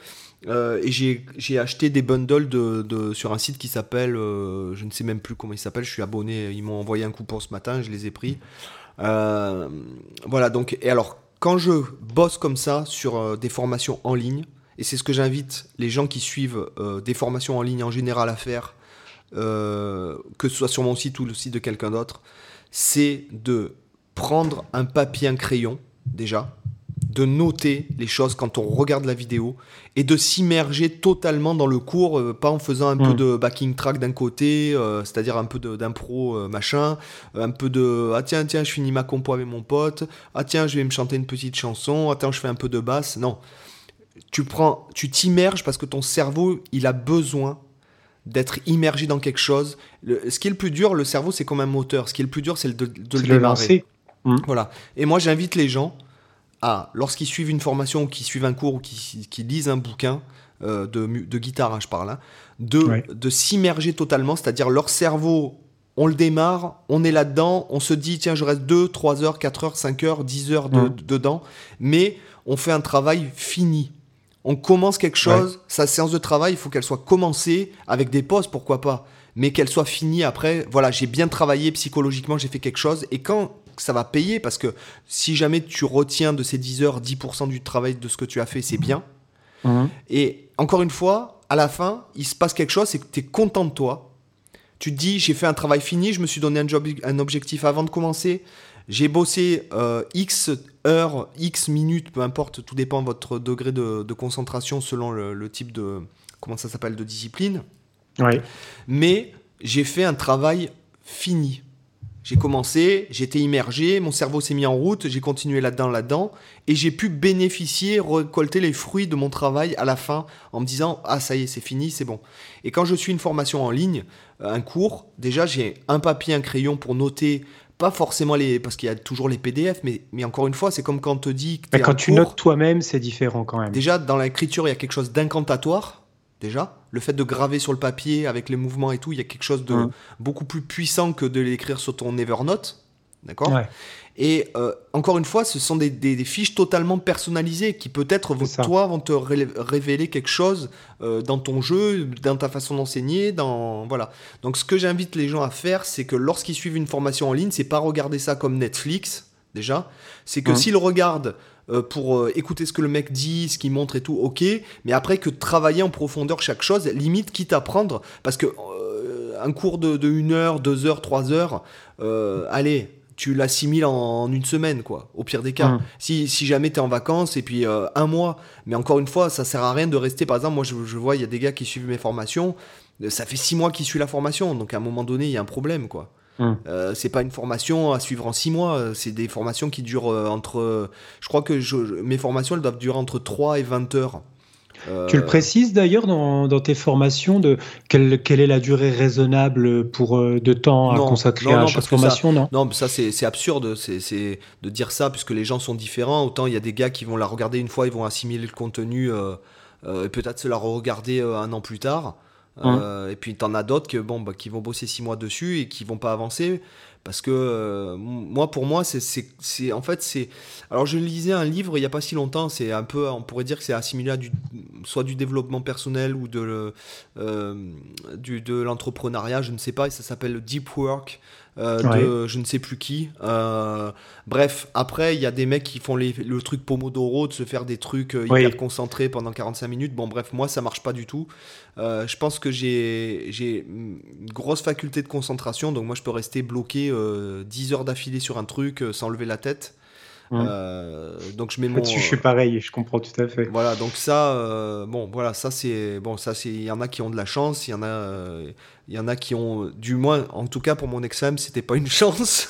Et j'ai acheté des bundles sur un site qui s'appelle, je ne sais même plus comment il s'appelle, je suis abonné, ils m'ont envoyé un coupon ce matin, je les ai pris. Voilà, donc, et alors, quand je bosse comme ça sur des formations en ligne, et c'est ce que j'invite les gens qui suivent des formations en ligne en général à faire, que ce soit sur mon site ou le site de quelqu'un d'autre, c'est de prendre un papier, un crayon, déjà, de noter les choses quand on regarde la vidéo et de s'immerger totalement dans le cours, pas en faisant un peu de backing track d'un côté, c'est-à-dire un peu d'impro machin, un peu de ah tiens je finis ma compo avec mon pote, ah tiens je vais me chanter une petite chanson, attends je fais un peu de basse. Non, tu t'immerges parce que ton cerveau il a besoin d'être immergé dans quelque chose. Ce qui est le plus dur, le cerveau c'est comme un moteur, ce qui est le plus dur c'est de le démarrer. Lancer. Voilà. Et moi j'invite les gens lorsqu'ils suivent une formation ou qu'ils suivent un cours ou qu'ils lisent un bouquin de guitare, je parle, de s'immerger totalement, c'est-à-dire leur cerveau, on le démarre, on est là-dedans, on se dit, tiens, je reste 2, 3 heures, 4 heures, 5 heures, 10 heures dedans, mais on fait un travail fini. On commence quelque chose, sa séance de travail, il faut qu'elle soit commencée avec des pauses, pourquoi pas, mais qu'elle soit finie après. Voilà, j'ai bien travaillé psychologiquement, j'ai fait quelque chose, et quand ça va payer, parce que si jamais tu retiens de ces 10 heures 10% du travail de ce que tu as fait, c'est bien. Et encore une fois, à la fin, il se passe quelque chose, c'est que tu es content de toi. Tu te dis, j'ai fait un travail fini, je me suis donné un objectif avant de commencer, j'ai bossé X heures, X minutes, peu importe, tout dépend de votre degré de concentration selon le type de, comment ça s'appelle, de discipline. Mais j'ai fait un travail fini. J'ai commencé, j'étais immergé, mon cerveau s'est mis en route, j'ai continué là-dedans, et j'ai pu bénéficier, récolter les fruits de mon travail à la fin, en me disant « Ah, ça y est, c'est fini, c'est bon ». Et quand je suis une formation en ligne, un cours, déjà j'ai un papier, un crayon pour noter, pas forcément parce qu'il y a toujours les PDF, mais encore une fois, c'est comme quand on te dit que quand tu notes toi-même, c'est différent quand même. Déjà, dans l'écriture, il y a quelque chose d'incantatoire. Déjà, le fait de graver sur le papier avec les mouvements et tout, il y a quelque chose de beaucoup plus puissant que de l'écrire sur ton Evernote, d'accord ? Et encore une fois, ce sont des fiches totalement personnalisées qui peut-être vont te révéler quelque chose dans ton jeu, dans ta façon d'enseigner, voilà. Donc ce que j'invite les gens à faire, c'est que lorsqu'ils suivent une formation en ligne, c'est pas regarder ça comme Netflix, déjà, c'est que s'ils regardent pour écouter ce que le mec dit, ce qu'il montre et tout, ok, mais après que travailler en profondeur chaque chose, limite quitte à prendre, parce que un cours de 1 heure, 2 heures, 3 heures, allez, tu l'assimiles en une semaine, quoi, au pire des cas. Si jamais tu es en vacances, et puis 1 mois, mais encore une fois, ça sert à rien de rester, par exemple, moi je vois, il y a des gars qui suivent mes formations, ça fait 6 mois qu'ils suivent la formation, donc à un moment donné, il y a un problème, quoi. C'est pas une formation à suivre en 6 mois, c'est des formations qui durent je crois que mes formations elles doivent durer entre 3 et 20 heures. Tu le précises d'ailleurs dans tes formations de quelle est la durée raisonnable de temps à consacrer à chaque formation, non ? Non, mais ça c'est absurde, c'est de dire ça puisque les gens sont différents. Autant il y a des gars qui vont la regarder une fois, ils vont assimiler le contenu et peut-être se la re-regarder 1 an plus tard. Et puis t'en as d'autres qui vont bosser 6 mois dessus et qui vont pas avancer parce que pour moi c'est en fait c'est alors je lisais un livre il y a pas si longtemps, c'est un peu, on pourrait dire que c'est assimilé à soit du développement personnel ou de l'entrepreneuriat, je ne sais pas, et ça s'appelle Deep Work de je ne sais plus qui. Bref, après il y a des mecs qui font le truc Pomodoro, de se faire des trucs hyper concentrés pendant 45 minutes. Bon bref, moi ça marche pas du tout. Je pense que j'ai une grosse faculté de concentration, donc moi je peux rester bloqué 10 heures d'affilée sur un truc sans lever la tête. Donc je mets je suis pareil, je comprends tout à fait. Voilà, donc ça, ça c'est il y en a qui ont de la chance, il y en a qui ont, du moins, en tout cas pour mon examen, c'était pas une chance.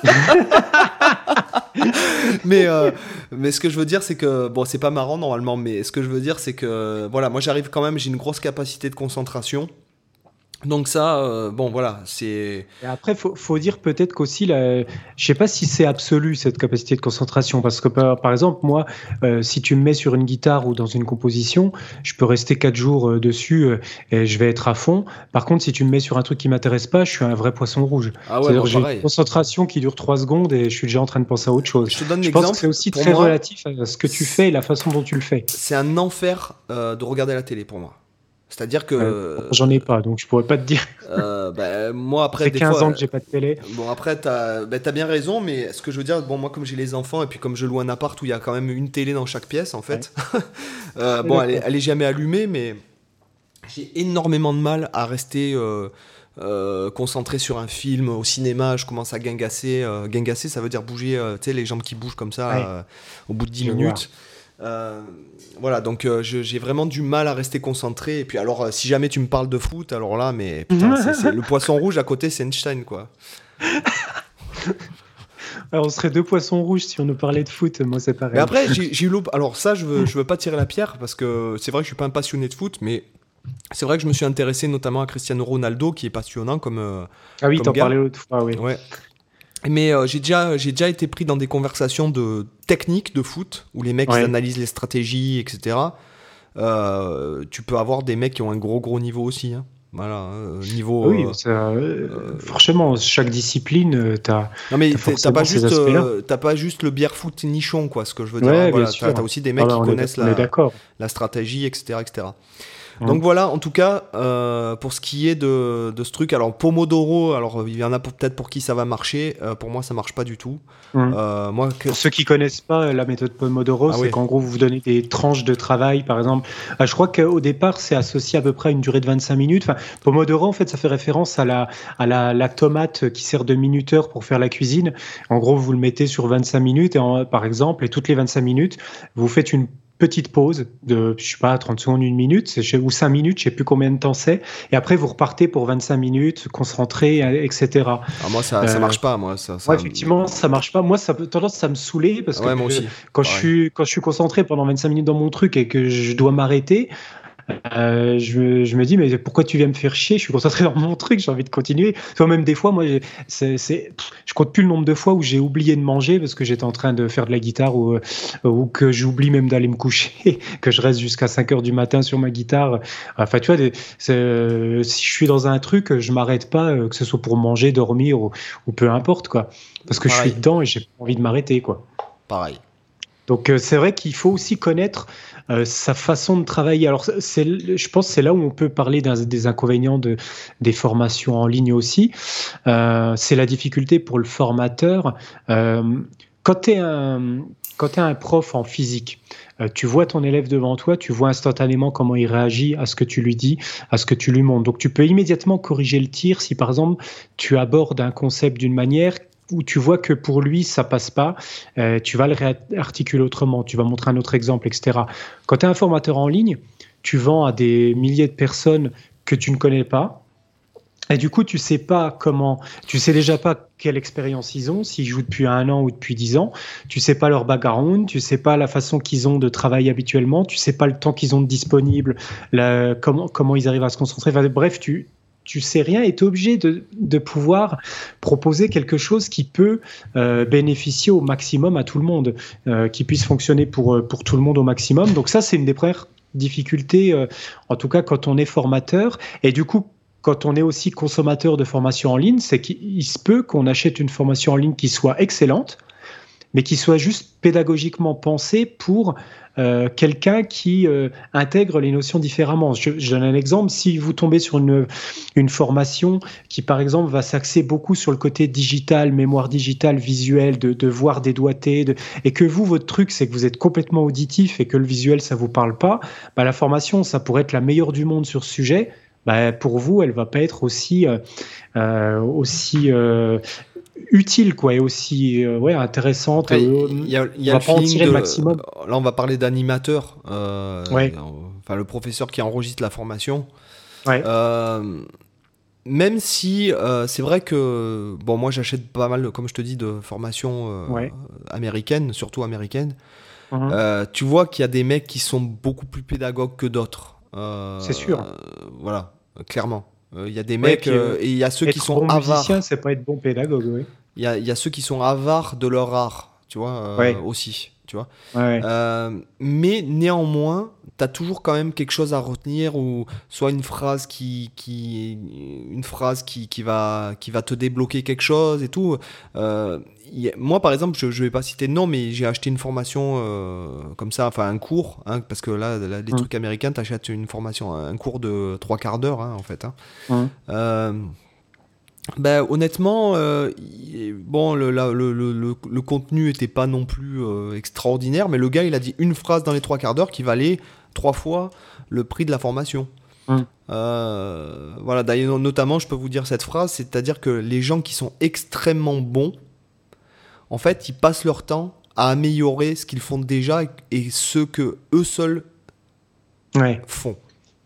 mais ce que je veux dire, c'est que c'est pas marrant normalement, mais ce que je veux dire, c'est que voilà, moi j'arrive quand même, j'ai une grosse capacité de concentration. Donc ça, bon voilà, c'est... Et après, faut dire peut-être qu'aussi, je sais pas si c'est absolu cette capacité de concentration, parce que par exemple, moi, si tu me mets sur une guitare ou dans une composition, je peux rester 4 jours dessus et je vais être à fond. Par contre, si tu me mets sur un truc qui m'intéresse pas, je suis un vrai poisson rouge. Ah ouais, C'est-à-dire moi que j'ai une pareil. concentration qui dure 3 secondes et je suis déjà en train de penser à autre chose. Je te donne Je pense que l'exemple. c'est aussi Pour très moi, relatif à ce que tu fais et la façon dont tu le fais. c'est un enfer de regarder la télé pour moi. C'est-à-dire que J'en ai pas, donc je pourrais pas te dire. moi Ça après fait des 15 ans fois, que j'ai pas de télé. bon après t'as bien raison, mais ce que je veux dire, bon moi comme j'ai les enfants et puis comme je loue un appart où il y a quand même une télé dans chaque pièce en Ouais. fait, bon D'accord. elle est jamais allumée, mais j'ai énormément de mal à rester concentré sur un film au cinéma. Je commence à guingasser. Guingasser, ça veut dire bouger, tu sais, les jambes qui bougent comme ça Ouais, au bout de 10 je vois. minutes. Euh, voilà, donc j'ai vraiment du mal à rester concentré. Et puis alors, si jamais tu me parles de foot, alors là, mais putain, le poisson rouge à côté, c'est Einstein, quoi. Alors, on serait deux poissons rouges si on nous parlait de foot. Moi, c'est Mais pareil. après, j'ai eu alors ça, je veux pas tirer la pierre parce que c'est vrai que je suis pas un passionné de foot, mais c'est vrai que je me suis intéressé notamment à Cristiano Ronaldo, qui est passionnant Ah oui, comme t'en parlais gars. l'autre fois, oui. Ouais. Mais j'ai déjà été pris dans des conversations de technique de foot, où les mecs ils Ouais. analysent les stratégies, etc. Tu peux avoir des mecs qui ont un gros niveau aussi, hein. Voilà, Ah niveau. oui, franchement, chaque discipline, Non mais t'as t'as pas forcément ces juste, aspects-là. t'as pas juste le bière foot nichon, quoi, ce que je veux dire, hein. Ouais, bien Voilà, t'as sûr. aussi des Ah mecs bah, qui connaissent on est d'accord. la stratégie, etc., etc. Hein. Donc voilà, en tout cas, pour ce qui est de ce truc, alors Pomodoro, alors il y en a peut-être pour qui ça va marcher, pour moi ça marche pas du tout. Hein. Moi, Pour ceux qui connaissent pas la méthode Pomodoro, ah c'est oui, qu'en gros, vous vous donnez des tranches de travail, par exemple. Je crois qu'au départ, c'est associé à peu près à une durée de 25 minutes. Enfin, Pomodoro, en fait, ça fait référence à la tomate qui sert de minuteur pour faire la cuisine. En gros, vous le mettez sur 25 minutes, par exemple, et toutes les 25 minutes, vous faites une petite pause de, je sais pas, 30 secondes, une minute, ou 5 minutes, je sais plus combien de temps c'est. Et après, vous repartez pour 25 minutes, concentré, etc. alors moi ça Euh, marche pas, moi Ouais, effectivement, ça marche pas. Moi, ça peut tendance à me saouler parce que ouais, moi aussi, pareil. quand je suis concentré pendant 25 minutes dans mon truc et que je dois m'arrêter, je me dis, mais pourquoi tu viens me faire chier? Je suis concentré dans mon truc, j'ai envie de continuer. Toi, même des fois, moi, je compte plus le nombre de fois où j'ai oublié de manger parce que j'étais en train de faire de la guitare ou que j'oublie même d'aller me coucher, que je reste jusqu'à 5 heures du matin sur ma guitare. Enfin, tu vois, si je suis dans un truc, je m'arrête pas, que ce soit pour manger, dormir ou peu importe, quoi. Parce que je suis Pareil, dedans et j'ai pas envie de m'arrêter, quoi. pareil. Donc c'est vrai qu'il faut aussi connaître sa façon de travailler. Alors je pense que c'est là où on peut parler des inconvénients des formations en ligne aussi. C'est la difficulté pour le formateur. Euh, quand tu es quand t'es un prof en physique, tu vois ton élève devant toi, tu vois instantanément comment il réagit à ce que tu lui dis, à ce que tu lui montres. Donc tu peux immédiatement corriger le tir si par exemple tu abordes un concept d'une manière où tu vois que pour lui ça passe pas, tu vas le réarticuler autrement, tu vas montrer un autre exemple, etc. Quand tu es un formateur en ligne, tu vends à des milliers de personnes que tu ne connais pas. Et du coup, tu sais déjà pas quelle expérience ils ont, s'ils jouent depuis 1 an ou depuis 10 ans. Tu sais pas leur background, tu sais pas la façon qu'ils ont de travailler habituellement, tu sais pas le temps qu'ils ont de disponible, comment ils arrivent à se concentrer. Enfin, bref, tu sais rien et tu es obligé de pouvoir proposer quelque chose qui peut bénéficier au maximum à tout le monde, qui puisse fonctionner pour tout le monde au maximum. Donc ça, c'est une des premières difficultés, en tout cas quand on est formateur. Et du coup, quand on est aussi consommateur de formation en ligne, c'est qu'il se peut qu'on achète une formation en ligne qui soit excellente, mais qui soit juste pédagogiquement pensée pour quelqu'un qui intègre les notions différemment. Je donne un exemple. Si vous tombez sur une formation qui, par exemple, va s'axer beaucoup sur le côté digital, mémoire digitale, visuel, de voir des doigtés, et que votre truc, c'est que vous êtes complètement auditif et que le visuel, ça vous parle pas, bah, la formation, ça pourrait être la meilleure du monde sur ce sujet. Bah, pour vous, elle va pas être aussi utile, quoi, et aussi ouais, intéressante. Après, On il y a va le pas en feeling tirer le de. maximum. Là, on va parler d'animateur, Ouais, enfin le professeur qui enregistre la formation. ouais, Euh, Même si c'est vrai que bon, moi j'achète pas mal, comme je te dis, de formations ouais. américaines, surtout américaines. Mhm. Tu vois qu'il y a des mecs qui sont beaucoup plus pédagogues que d'autres. C'est sûr. Voilà, clairement. Il y a des mecs, et il y a ceux qui être sont bon avares. musicien, c'est pas être bon pédagogue, oui. Il y a ceux qui sont avares de leur art, tu vois, Ouais, aussi, tu vois. ouais, Mais néanmoins, tu as toujours quand même quelque chose à retenir, ou soit une phrase qui va te débloquer quelque chose et tout. Moi, par exemple, je vais pas citer de nom, mais j'ai acheté une formation comme ça, enfin un cours, hein, parce que là les hum, trucs américains, tu achètes une formation, un cours de 3/4 d'heure, hein, en fait. Hein. hum, Euh, Ben, honnêtement, bon, le contenu était pas non plus extraordinaire, mais le gars, il a dit une phrase dans les 3/4 d'heure qui valait 3 fois le prix de la formation. hum. Voilà, d'ailleurs, notamment, je peux vous dire cette phrase, c'est-à-dire que les gens qui sont extrêmement bons, en fait, ils passent leur temps à améliorer ce qu'ils font déjà et ce que eux seuls Ouais. font.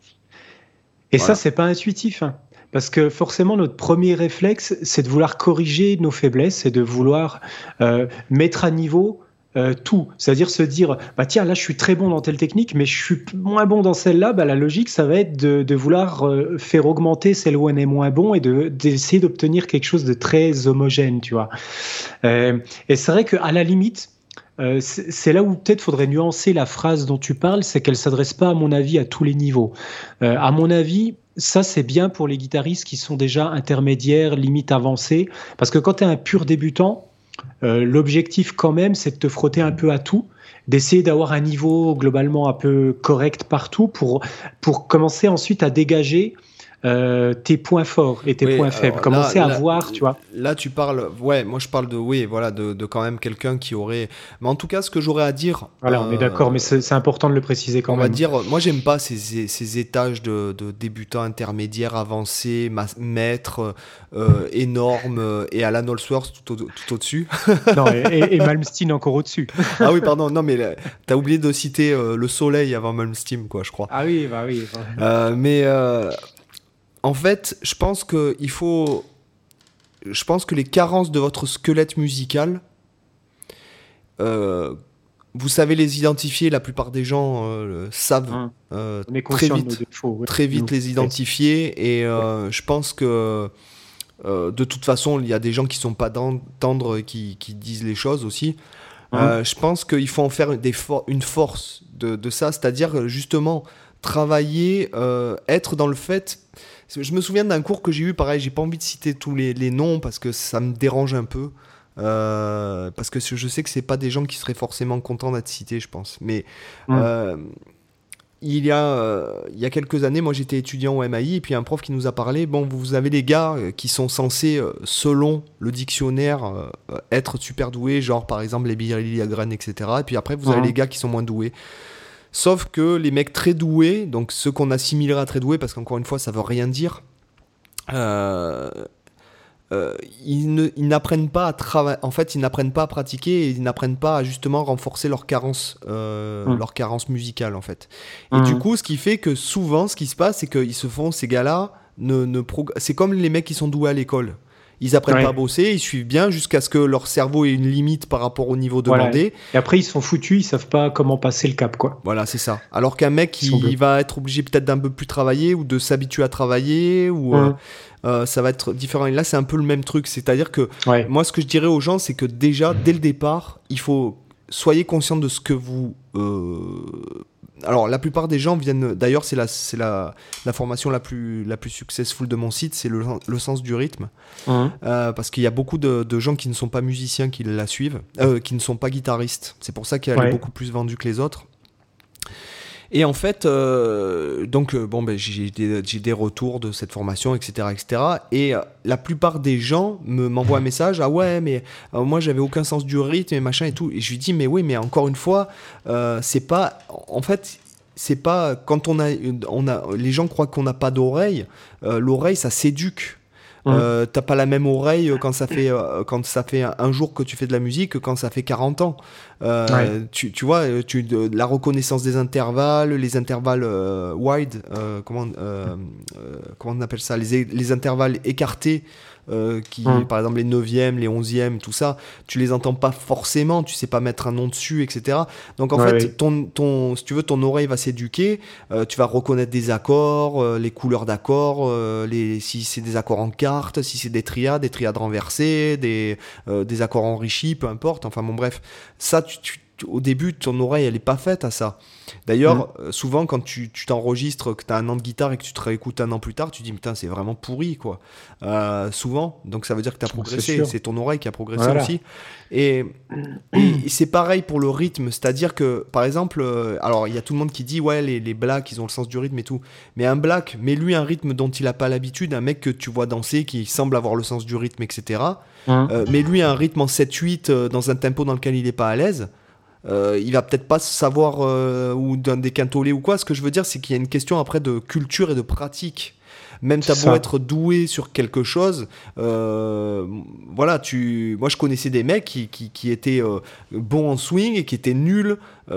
Et ça, Voilà. c'est pas intuitif, hein. Parce que forcément, notre premier réflexe, c'est de vouloir corriger nos faiblesses et de vouloir mettre à niveau tout. C'est-à-dire se dire, bah tiens, là, je suis très bon dans telle technique, mais je suis moins bon dans celle-là. Bah, la logique, ça va être de vouloir faire augmenter celle où on est moins bon et d'essayer d'obtenir quelque chose de très homogène, tu vois. Et c'est vrai qu'à la limite, c'est là où peut-être faudrait nuancer la phrase dont tu parles, c'est qu'elle s'adresse pas, à mon avis, à tous les niveaux. À mon avis, ça c'est bien pour les guitaristes qui sont déjà intermédiaires, limite avancés, parce que quand tu es un pur débutant, l'objectif quand même, c'est de te frotter un peu à tout, d'essayer d'avoir un niveau globalement un peu correct partout pour commencer ensuite à dégager tes points forts et tes Oui, points faibles. alors là, Commencer à voir, tu vois. là, tu parles. Ouais, moi je parle de. Oui, voilà, de quand même quelqu'un qui aurait. Mais en tout cas, ce que j'aurais à dire. Voilà, on est d'accord, mais c'est important de le préciser quand On va même. dire. Moi, j'aime pas ces étages de débutants, intermédiaires, avancés, maîtres, énormes, et Alan Holdsworth tout au-dessus. Non, et Malmsteen encore au-dessus. Ah oui, pardon, non, mais t'as oublié de citer le soleil avant Malmsteen, quoi, je crois. Ah oui, bah oui. Mais. En fait, je pense que les carences de votre squelette musical, euh, vous savez les identifier. La plupart des gens savent Hein. On est très conscient de nos vite, défauts. Ouais. très vite les identifier. Et Ouais. je pense que de toute façon, il y a des gens qui sont pas tendres et qui disent les choses aussi. Hein. Je pense qu'il faut en faire une force de ça, c'est-à-dire justement travailler, être dans le fait. Je me souviens d'un cours que j'ai eu, pareil, j'ai pas envie de citer tous les noms parce que ça me dérange un peu. Parce que je sais que c'est pas des gens qui seraient forcément contents d'être cités, je pense. Mais Hein. euh, il y a quelques années, moi j'étais étudiant au MAI et puis un prof qui nous a parlé. Bon, vous avez les gars qui sont censés, selon le dictionnaire, être super doués, genre par exemple les Billy Agren, etc. Et puis après, vous avez Hein. les gars qui sont moins doués. Sauf que les mecs très doués, donc ceux qu'on assimilera à très doués, parce qu'encore une fois, ça veut rien dire, euh, ils n'apprennent pas à travailler. En fait, ils n'apprennent pas à pratiquer et ils n'apprennent pas à justement renforcer Hein. leur carence musicale, en fait. Et du Hein. coup, ce qui fait que souvent, ce qui se passe, c'est qu'ils se font, ces gars-là, c'est comme les mecs qui sont doués à l'école. Ils apprennent pas à Ouais. bosser, ils suivent bien jusqu'à ce que leur cerveau ait une limite par rapport au niveau Voilà. demandé. Et après, ils sont foutus, ils savent pas comment passer le cap, quoi. Voilà, c'est ça. Alors qu'un mec, Ils sont bleus. il va être obligé peut-être d'un peu plus travailler ou de s'habituer à travailler ou Hein. ça va être différent. Et là, c'est un peu le même truc. C'est-à-dire que Ouais. moi, ce que je dirais aux gens, c'est que déjà, dès le départ, il faut soyez conscient de ce que vous. Alors, la plupart des gens viennent. D'ailleurs, c'est la formation la plus successful de mon site, c'est le sens du rythme. Hein. Parce qu'il y a beaucoup de gens qui ne sont pas musiciens qui la suivent, qui ne sont pas guitaristes. C'est pour ça qu'elle est Ouais. beaucoup plus vendue que les autres. Et en fait, bon, ben, j'ai des retours de cette formation, etc., etc. Et la plupart des gens m'envoient un message, ah ouais, mais moi j'avais aucun sens du rythme et machin et tout. Et je lui dis, mais oui, mais encore une fois, c'est pas, en fait, c'est pas quand les gens croient qu'on n'a pas d'oreille. L'oreille, ça s'éduque. T'as pas la même oreille quand ça fait un jour que tu fais de la musique que quand ça fait 40 ans. Tu vois, la reconnaissance des intervalles, les intervalles wide, comment on appelle ça, les intervalles écartés, par exemple les 9e, les 11e, tout ça, tu les entends pas forcément, tu sais pas mettre un nom dessus, etc. Donc en fait, si tu veux, ton oreille va s'éduquer, tu vas reconnaître des accords, les couleurs d'accords, si c'est des accords en quarte, si c'est des triades renversées, des accords enrichis, peu importe, enfin bon bref, ça au début, ton oreille, elle est pas faite à ça. D'ailleurs, souvent, quand tu t'enregistres, que tu as un an de guitare et que tu te réécoutes un an plus tard, tu te dis, putain, c'est vraiment pourri, quoi. Souvent, donc ça veut dire que tu as progressé. C'est ton oreille qui a progressé aussi. Et c'est pareil pour le rythme. C'est-à-dire que, par exemple, alors, il y a tout le monde qui dit, ouais, les blacks, ils ont le sens du rythme et tout. Mais un black, mets-lui un rythme dont il n'a pas l'habitude, un mec que tu vois danser, qui semble avoir le sens du rythme, etc. Mets-lui un rythme en 7-8 dans un tempo dans lequel il n'est pas à l'aise. Il va peut-être pas savoir ou d'un décantolé ou quoi. Ce que je veux dire, c'est qu'il y a une question après de culture et de pratique. Même t'as beau être doué sur quelque chose, voilà, moi je connaissais des mecs qui étaient bons en swing et qui étaient nuls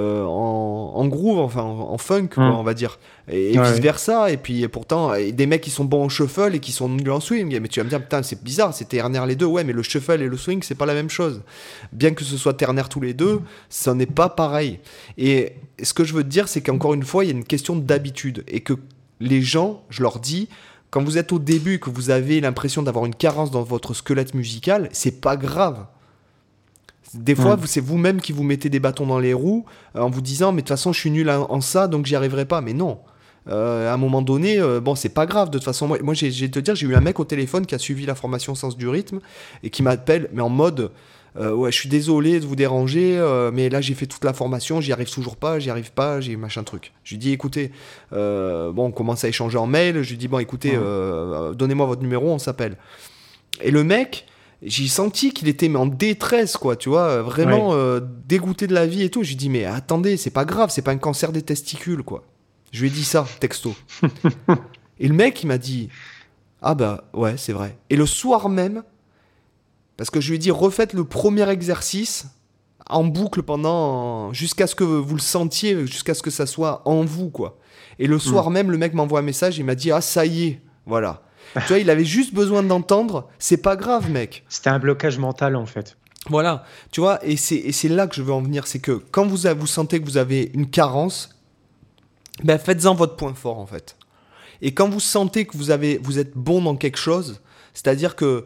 en groove, enfin en funk, quoi, on va dire. Et vice versa. Et puis pourtant, des mecs qui sont bons en shuffle et qui sont nuls en swing. Mais tu vas me dire, putain, c'est bizarre, c'est ternaire les deux. Ouais, mais le shuffle et le swing, c'est pas la même chose. Bien que ce soit ternaire tous les deux, ça n'est pas pareil. Et ce que je veux te dire, c'est qu'encore une fois, il y a une question d'habitude. Et que les gens, je leur dis, quand vous êtes au début et que vous avez l'impression d'avoir une carence dans votre squelette musical, c'est pas grave. Des fois, c'est vous-même qui vous mettez des bâtons dans les roues en vous disant, mais de toute façon, je suis nul en ça, donc j'y arriverai pas. Mais non. À un moment donné, bon, c'est pas grave. De toute façon, moi j'ai te dire, j'ai eu un mec au téléphone qui a suivi la formation Sens du rythme et qui m'appelle, mais en mode, ouais, je suis désolé de vous déranger, mais là j'ai fait toute la formation, j'y arrive pas, j'ai machin truc. Je lui dis, écoutez, bon, on commence à échanger en mail. Je lui dis, bon, écoutez, donnez-moi votre numéro, on s'appelle. Et le mec, j'ai senti qu'il était en détresse, quoi, tu vois, vraiment dégoûté de la vie et tout. Je lui dis, mais attendez, c'est pas grave, c'est pas un cancer des testicules, quoi. Je lui ai dit ça, texto. Et le mec, il m'a dit, ah bah ouais, c'est vrai. Et le soir même, parce que je lui ai dit, refaites le premier exercice en boucle jusqu'à ce que vous le sentiez, jusqu'à ce que ça soit en vous, quoi. Et le soir même, le mec m'envoie un message, il m'a dit, ah ça y est, voilà. Tu vois, il avait juste besoin d'entendre, c'est pas grave, mec. C'était un blocage mental, en fait. Voilà, tu vois, et c'est là que je veux en venir, c'est que quand vous sentez que vous avez une carence, ben faites-en votre point fort, en fait. Et quand vous sentez que vous êtes bon dans quelque chose, c'est-à-dire que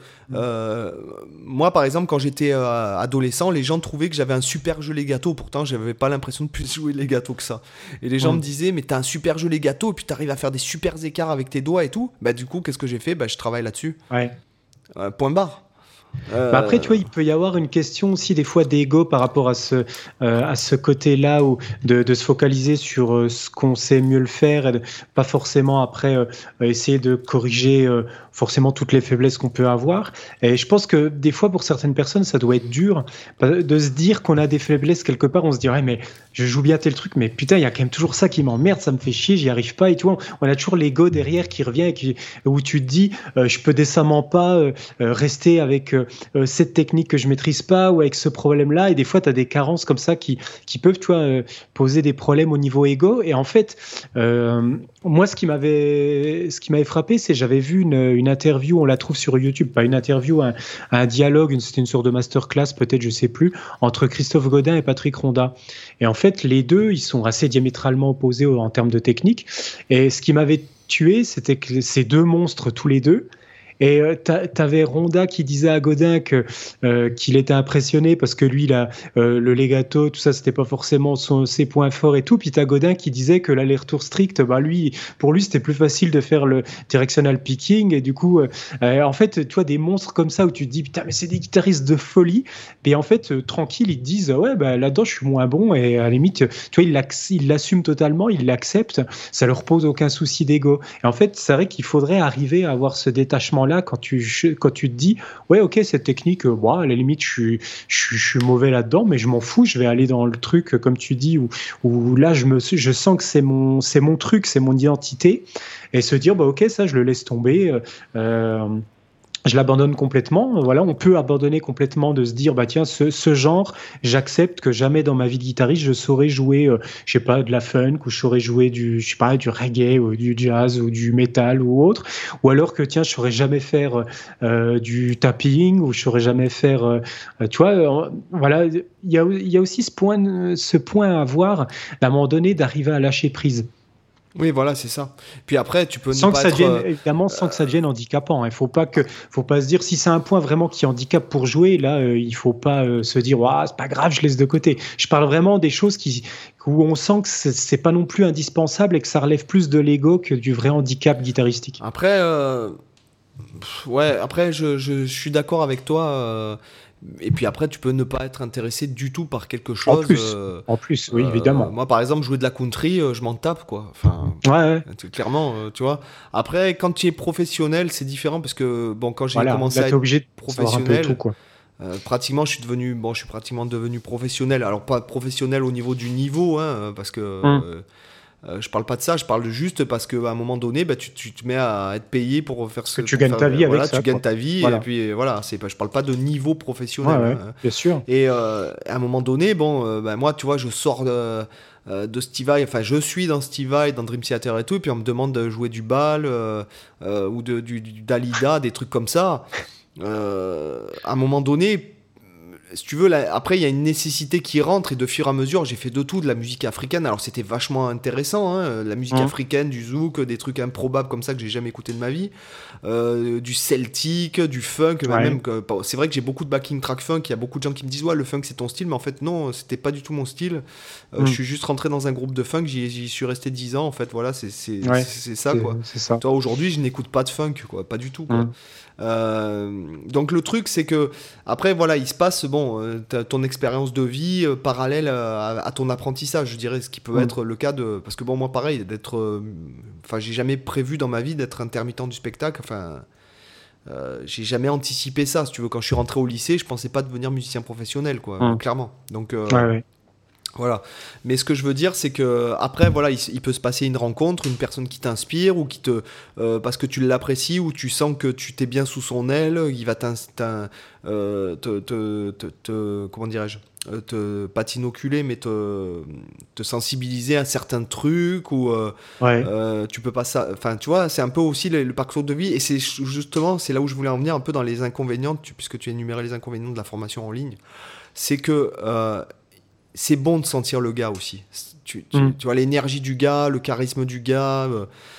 moi, par exemple, quand j'étais adolescent, les gens trouvaient que j'avais un super jeu les gâteaux. Pourtant, j'avais pas l'impression de plus jouer les gâteaux que ça. Et les gens me disaient, mais t'as un super jeu les gâteaux et puis t'arrives à faire des super écarts avec tes doigts et tout. Bah du coup, qu'est-ce que j'ai fait ? Bah je travaille là-dessus. Point barre. Bah après, tu vois, il peut y avoir une question aussi des fois d'ego par rapport à ce côté-là, ou de se focaliser sur ce qu'on sait mieux le faire et de pas forcément après essayer de corriger forcément toutes les faiblesses qu'on peut avoir. Et je pense que des fois, pour certaines personnes, ça doit être dur de se dire qu'on a des faiblesses quelque part. On se dirait, mais je joue bien tel truc, mais putain, il y a quand même toujours ça qui m'emmerde, ça me fait chier, j'y arrive pas. Et tu vois, on a toujours l'ego derrière qui revient et où tu te dis, je peux décemment pas rester avec cette technique que je maîtrise pas ou avec ce problème-là. Et des fois, tu as des carences comme ça qui peuvent, tu vois, poser des problèmes au niveau ego. Et en fait, moi, ce qui m'avait frappé, c'est j'avais vu une interview, on la trouve sur YouTube, pas une interview, un dialogue, c'était une sorte de masterclass, peut-être, je sais plus, entre Christophe Godin et Patrick Ronda. Et en fait, les deux, ils sont assez diamétralement opposés en termes de technique. Et ce qui m'avait tué, c'était que ces deux monstres, tous les deux, et t'avais Ronda qui disait à Godin qu'il était impressionné parce que lui, le legato, tout ça, c'était pas forcément ses points forts et tout. Puis t'as Godin qui disait que l'aller-retour strict, bah pour lui, c'était plus facile de faire le directional picking. Et du coup, en fait, tu vois, des monstres comme ça où tu te dis, putain, mais c'est des guitaristes de folie. Mais en fait, tranquille, ils te disent, ouais, bah là-dedans, je suis moins bon. Et à la limite, tu vois, ils l'assument totalement, ils l'acceptent. Ça leur pose aucun souci d'ego. Et en fait, c'est vrai qu'il faudrait arriver à avoir ce détachement là quand tu te dis ouais, ok, cette technique, bon, à la limite je suis mauvais là-dedans, mais je m'en fous, je vais aller dans le truc comme tu dis où là je sens que c'est mon truc, c'est mon identité, et se dire bah ok, ça je le laisse tomber. je l'abandonne complètement. Voilà, on peut abandonner complètement de se dire, bah tiens, ce genre, j'accepte que jamais dans ma vie de guitariste, je saurais jouer, je sais pas, de la funk, ou je saurais jouer je sais pas, du reggae, ou du jazz, ou du metal, ou autre. Ou alors que, tiens, je saurais jamais faire du tapping, ou je saurais jamais faire, tu vois, voilà, il y a aussi ce point à avoir, à un moment donné, d'arriver à lâcher prise. Oui, voilà, c'est ça. Puis après, tu peux ne Sans que pas ça être. devienne, évidemment, sans que ça devienne handicapant. Il faut pas se dire si c'est un point vraiment qui handicape pour jouer, là, il faut pas se dire, ouah, c'est pas grave, je laisse de côté. Je parle vraiment des choses où on sent que c'est pas non plus indispensable et que ça relève plus de l'ego que du vrai handicap guitaristique. Après, ouais, après, je suis d'accord avec toi. Et puis après, tu peux ne pas être intéressé du tout par quelque chose. En plus, oui, évidemment. Moi, par exemple, jouer de la country, je m'en tape, quoi. Enfin, Ouais. clairement, tu vois. Après, quand tu es professionnel, c'est différent parce que, bon, quand j'ai Voilà, commencé là, à t'es être obligé de savoir un peu tout, professionnel, quoi. pratiquement, je suis pratiquement devenu professionnel. Alors, pas professionnel au niveau du niveau, hein, parce que je parle pas de ça, je parle juste parce qu'à un moment donné, bah, tu te mets à être payé pour faire ce Que tu pour gagnes faire- ta vie avec voilà, ça, tu gagnes quoi. ta vie, Voilà. et puis voilà, je parle pas de niveau Ouais, professionnel. ouais, Hein. bien sûr. Et à un moment donné, bon, bah, moi, tu vois, je sors de Steve Vai, enfin, je suis dans Steve Vai, dans Dream Theater et tout, et puis on me demande de jouer du bal ou du Dalida, des trucs comme ça. À un moment donné, si tu veux, là, après, il y a une nécessité qui rentre, et de fur et à mesure, j'ai fait de tout, de la musique africaine. Alors, c'était vachement intéressant, hein, la musique africaine, du zouk, des trucs improbables comme ça que j'ai jamais écouté de ma vie, du celtique, du funk, Ouais. c'est vrai que j'ai beaucoup de backing track funk. Il y a beaucoup de gens qui me disent, ouais, le funk c'est ton style, mais en fait, non, c'était pas du tout mon style. Je suis juste rentré dans un groupe de funk, j'y suis resté 10 ans, en fait, voilà, Ouais, c'est ça, quoi. c'est ça. Toi, aujourd'hui, je n'écoute pas de funk, quoi, pas du tout, quoi. Mm. Donc le truc c'est que après voilà il se passe bon ton expérience de vie parallèle à ton apprentissage, je dirais, ce qui peut être le cas de, parce que bon moi pareil d'être enfin j'ai jamais prévu dans ma vie d'être intermittent du spectacle, enfin j'ai jamais anticipé ça, si tu veux. Quand je suis rentré au lycée, je pensais pas devenir musicien professionnel, quoi, clairement. Donc Ouais. voilà. Mais ce que je veux dire, c'est que après, voilà, il peut se passer une rencontre, une personne qui t'inspire ou qui parce que tu l'apprécies ou tu sens que tu t'es bien sous son aile, il va comment dirais-je, pas t'inoculer, mais te sensibiliser à certains trucs ou Ouais. tu peux pas ça. Enfin, tu vois, c'est un peu aussi le parcours de vie, et c'est justement, c'est là où je voulais en venir un peu dans les inconvénients, puisque tu énumérais les inconvénients de la formation en ligne, c'est que c'est bon de sentir le gars aussi. Tu vois l'énergie du gars, le charisme du gars.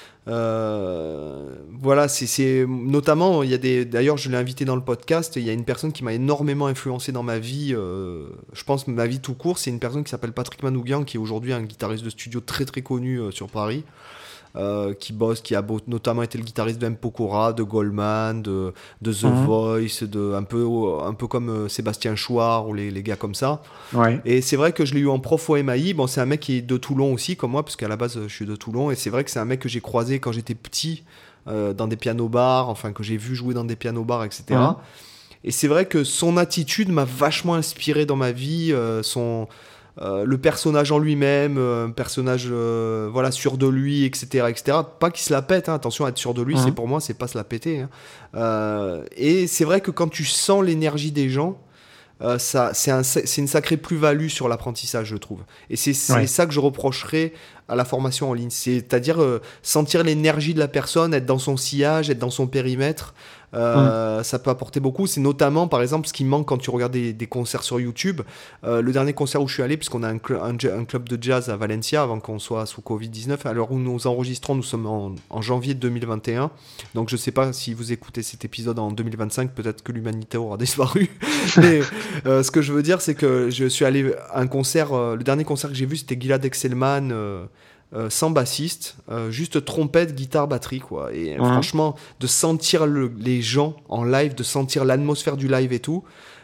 Voilà, c'est notamment, d'ailleurs, je l'ai invité dans le podcast. Il y a une personne qui m'a énormément influencé dans ma vie. Je pense ma vie tout court. C'est une personne qui s'appelle Patrick Manoukian, qui est aujourd'hui un guitariste de studio très très connu sur Paris. Qui bosse, qui a notamment été le guitariste de M. Pokora, de Goldman, de The Voice, un peu comme Sébastien Chouard ou les gars comme ça. Ouais. Et c'est vrai que je l'ai eu en prof au MAI. Bon, c'est un mec qui est de Toulon aussi, comme moi, parce qu'à la base, je suis de Toulon. Et c'est vrai que c'est un mec que j'ai croisé quand j'étais petit dans des pianos-bars, enfin, que j'ai vu jouer dans des pianos-bars, etc. Et c'est vrai que son attitude m'a vachement inspiré dans ma vie, le personnage en lui-même, un personnage voilà, sûr de lui, etc., etc. Pas qu'il se la pète, hein, attention, être sûr de lui, c'est pour moi, c'est pas se la péter. Hein. Et c'est vrai que quand tu sens l'énergie des gens, c'est une sacrée plus-value sur l'apprentissage, je trouve. Et c'est ça que je reprocherais à la formation en ligne. C'est-à-dire sentir l'énergie de la personne, être dans son sillage, être dans son périmètre. Ça peut apporter beaucoup. C'est notamment, par exemple, ce qui manque quand tu regardes des concerts sur YouTube. Le dernier concert où je suis allé, puisqu'on a un club de jazz à Valencia avant qu'on soit sous Covid-19, à l'heure où nous enregistrons, nous sommes en janvier 2021. Donc je ne sais pas si vous écoutez cet épisode en 2025, peut-être que l'humanité aura disparu. Mais ce que je veux dire, c'est que je suis allé à un concert, le dernier concert que j'ai vu, c'était Gilad Excelman, sans bassiste, juste trompette, guitare, batterie, quoi. Et franchement, de sentir les gens en live, de sentir l'atmosphère du live et tout,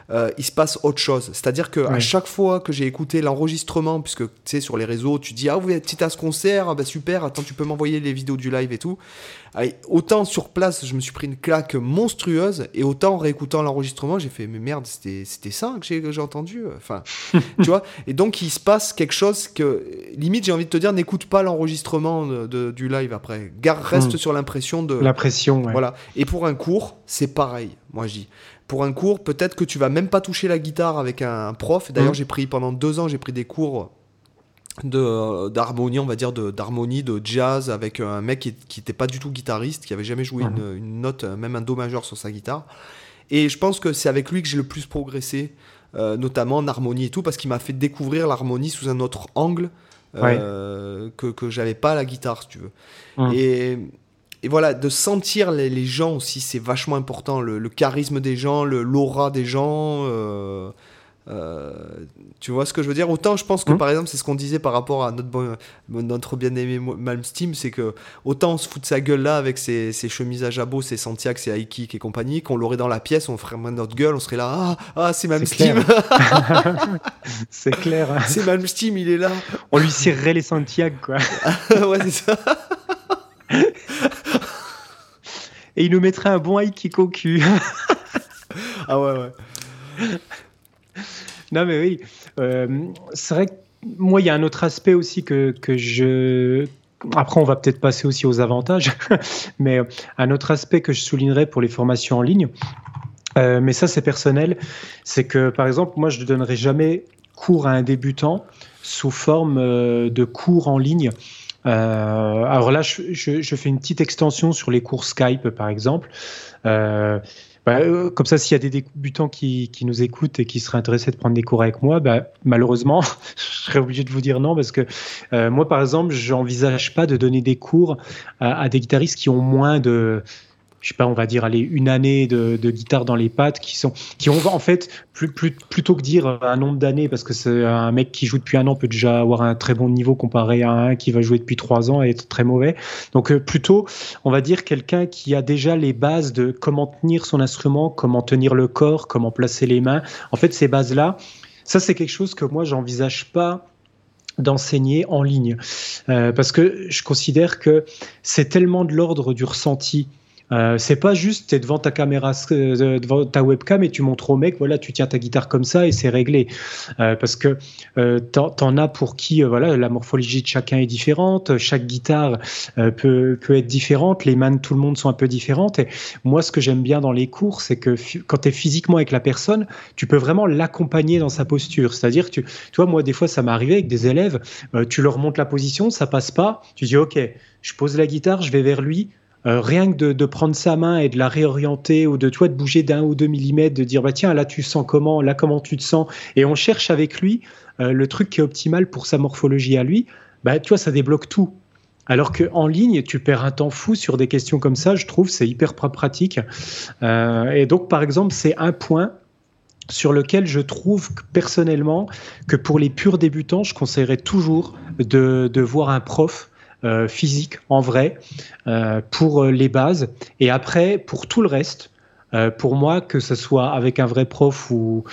il se passe autre chose. C'est-à-dire qu'à chaque fois que j'ai écouté l'enregistrement, puisque tu sais, sur les réseaux, tu dis, ah, vous êtes à ce concert, bah, super, attends, tu peux m'envoyer les vidéos du live et tout. Autant sur place, je me suis pris une claque monstrueuse, et autant en réécoutant l'enregistrement, j'ai fait, mais merde, c'était ça que j'ai entendu. Enfin, tu vois. Et donc, il se passe quelque chose que, limite, j'ai envie de te dire, n'écoute pas l'enregistrement du live après. Reste sur l'impression de. La pression, ouais. Voilà. Et pour un cours, c'est pareil, moi je dis. Pour un cours, peut-être que tu vas même pas toucher la guitare avec un prof. D'ailleurs, pendant 2 ans, j'ai pris des cours d'harmonie, on va dire, d'harmonie, de jazz, avec un mec qui était pas du tout guitariste, qui avait jamais joué une note, même un do majeur sur sa guitare. Et je pense que c'est avec lui que j'ai le plus progressé, notamment en harmonie et tout, parce qu'il m'a fait découvrir l'harmonie sous un autre angle que j'avais pas à la guitare, si tu veux. Et voilà, de sentir les gens aussi, c'est vachement important. Le charisme des gens, l'aura des gens. Tu vois ce que je veux dire? Autant je pense que par exemple, c'est ce qu'on disait par rapport à notre bien-aimé Malmsteen, c'est que autant on se fout de sa gueule là avec ses chemises à jabot, ses Santiago, ses high kick et compagnie, qu'on l'aurait dans la pièce, on ferait moins notre gueule, on serait là, c'est Malmsteen. C'est clair. Hein. C'est Malmsteen, il est là. On lui cirerait les Santiago, quoi. Ouais, c'est ça. Et il nous mettrait un bon high kick au cul. Ah ouais. Non mais oui, c'est vrai que moi il y a un autre aspect aussi que je... Après on va peut-être passer aussi aux avantages, mais un autre aspect que je soulignerais pour les formations en ligne, mais ça c'est personnel, c'est que par exemple moi je ne donnerai jamais cours à un débutant sous forme de cours en ligne. Alors là, je fais une petite extension sur les cours Skype, par exemple. Comme ça, s'il y a des débutants qui nous écoutent et qui seraient intéressés de prendre des cours avec moi, malheureusement, je serais obligé de vous dire non parce que moi, par exemple, j'envisage pas de donner des cours à des guitaristes qui ont moins de... Je sais pas, on va dire, allez, une année de guitare dans les pattes, qui ont en fait, plutôt que dire un nombre d'années, parce que c'est un mec qui joue depuis 1 an peut déjà avoir un très bon niveau comparé à un qui va jouer depuis 3 ans et être très mauvais. Donc, plutôt, on va dire quelqu'un qui a déjà les bases de comment tenir son instrument, comment tenir le corps, comment placer les mains. En fait, ces bases-là, ça, c'est quelque chose que moi, j'envisage pas d'enseigner en ligne. Parce que je considère que c'est tellement de l'ordre du ressenti. C'est pas juste t'es devant ta caméra, devant ta webcam et tu montres au mec, voilà, tu tiens ta guitare comme ça et c'est réglé. Parce que t'en as pour qui, voilà, la morphologie de chacun est différente, chaque guitare peut être différente, les mains de tout le monde sont un peu différentes. Et moi, ce que j'aime bien dans les cours, c'est que quand t'es physiquement avec la personne, tu peux vraiment l'accompagner dans sa posture. C'est-à-dire, tu vois, moi, des fois, ça m'est arrivé avec des élèves, tu leur montres la position, ça passe pas, tu dis, ok, je pose la guitare, je vais vers lui. Rien que de prendre sa main et de la réorienter ou de bouger d'1 ou 2 millimètres, de dire tiens là tu sens comment, là comment tu te sens, et on cherche avec lui le truc qui est optimal pour sa morphologie à lui, tu vois, ça débloque tout. Alors qu'en ligne, tu perds un temps fou sur des questions comme ça, je trouve, c'est hyper pratique. Et donc par exemple, c'est un point sur lequel je trouve personnellement que pour les purs débutants, je conseillerais toujours de voir un prof physique en vrai pour les bases, et après pour tout le reste, pour moi, que ce soit avec un vrai prof ou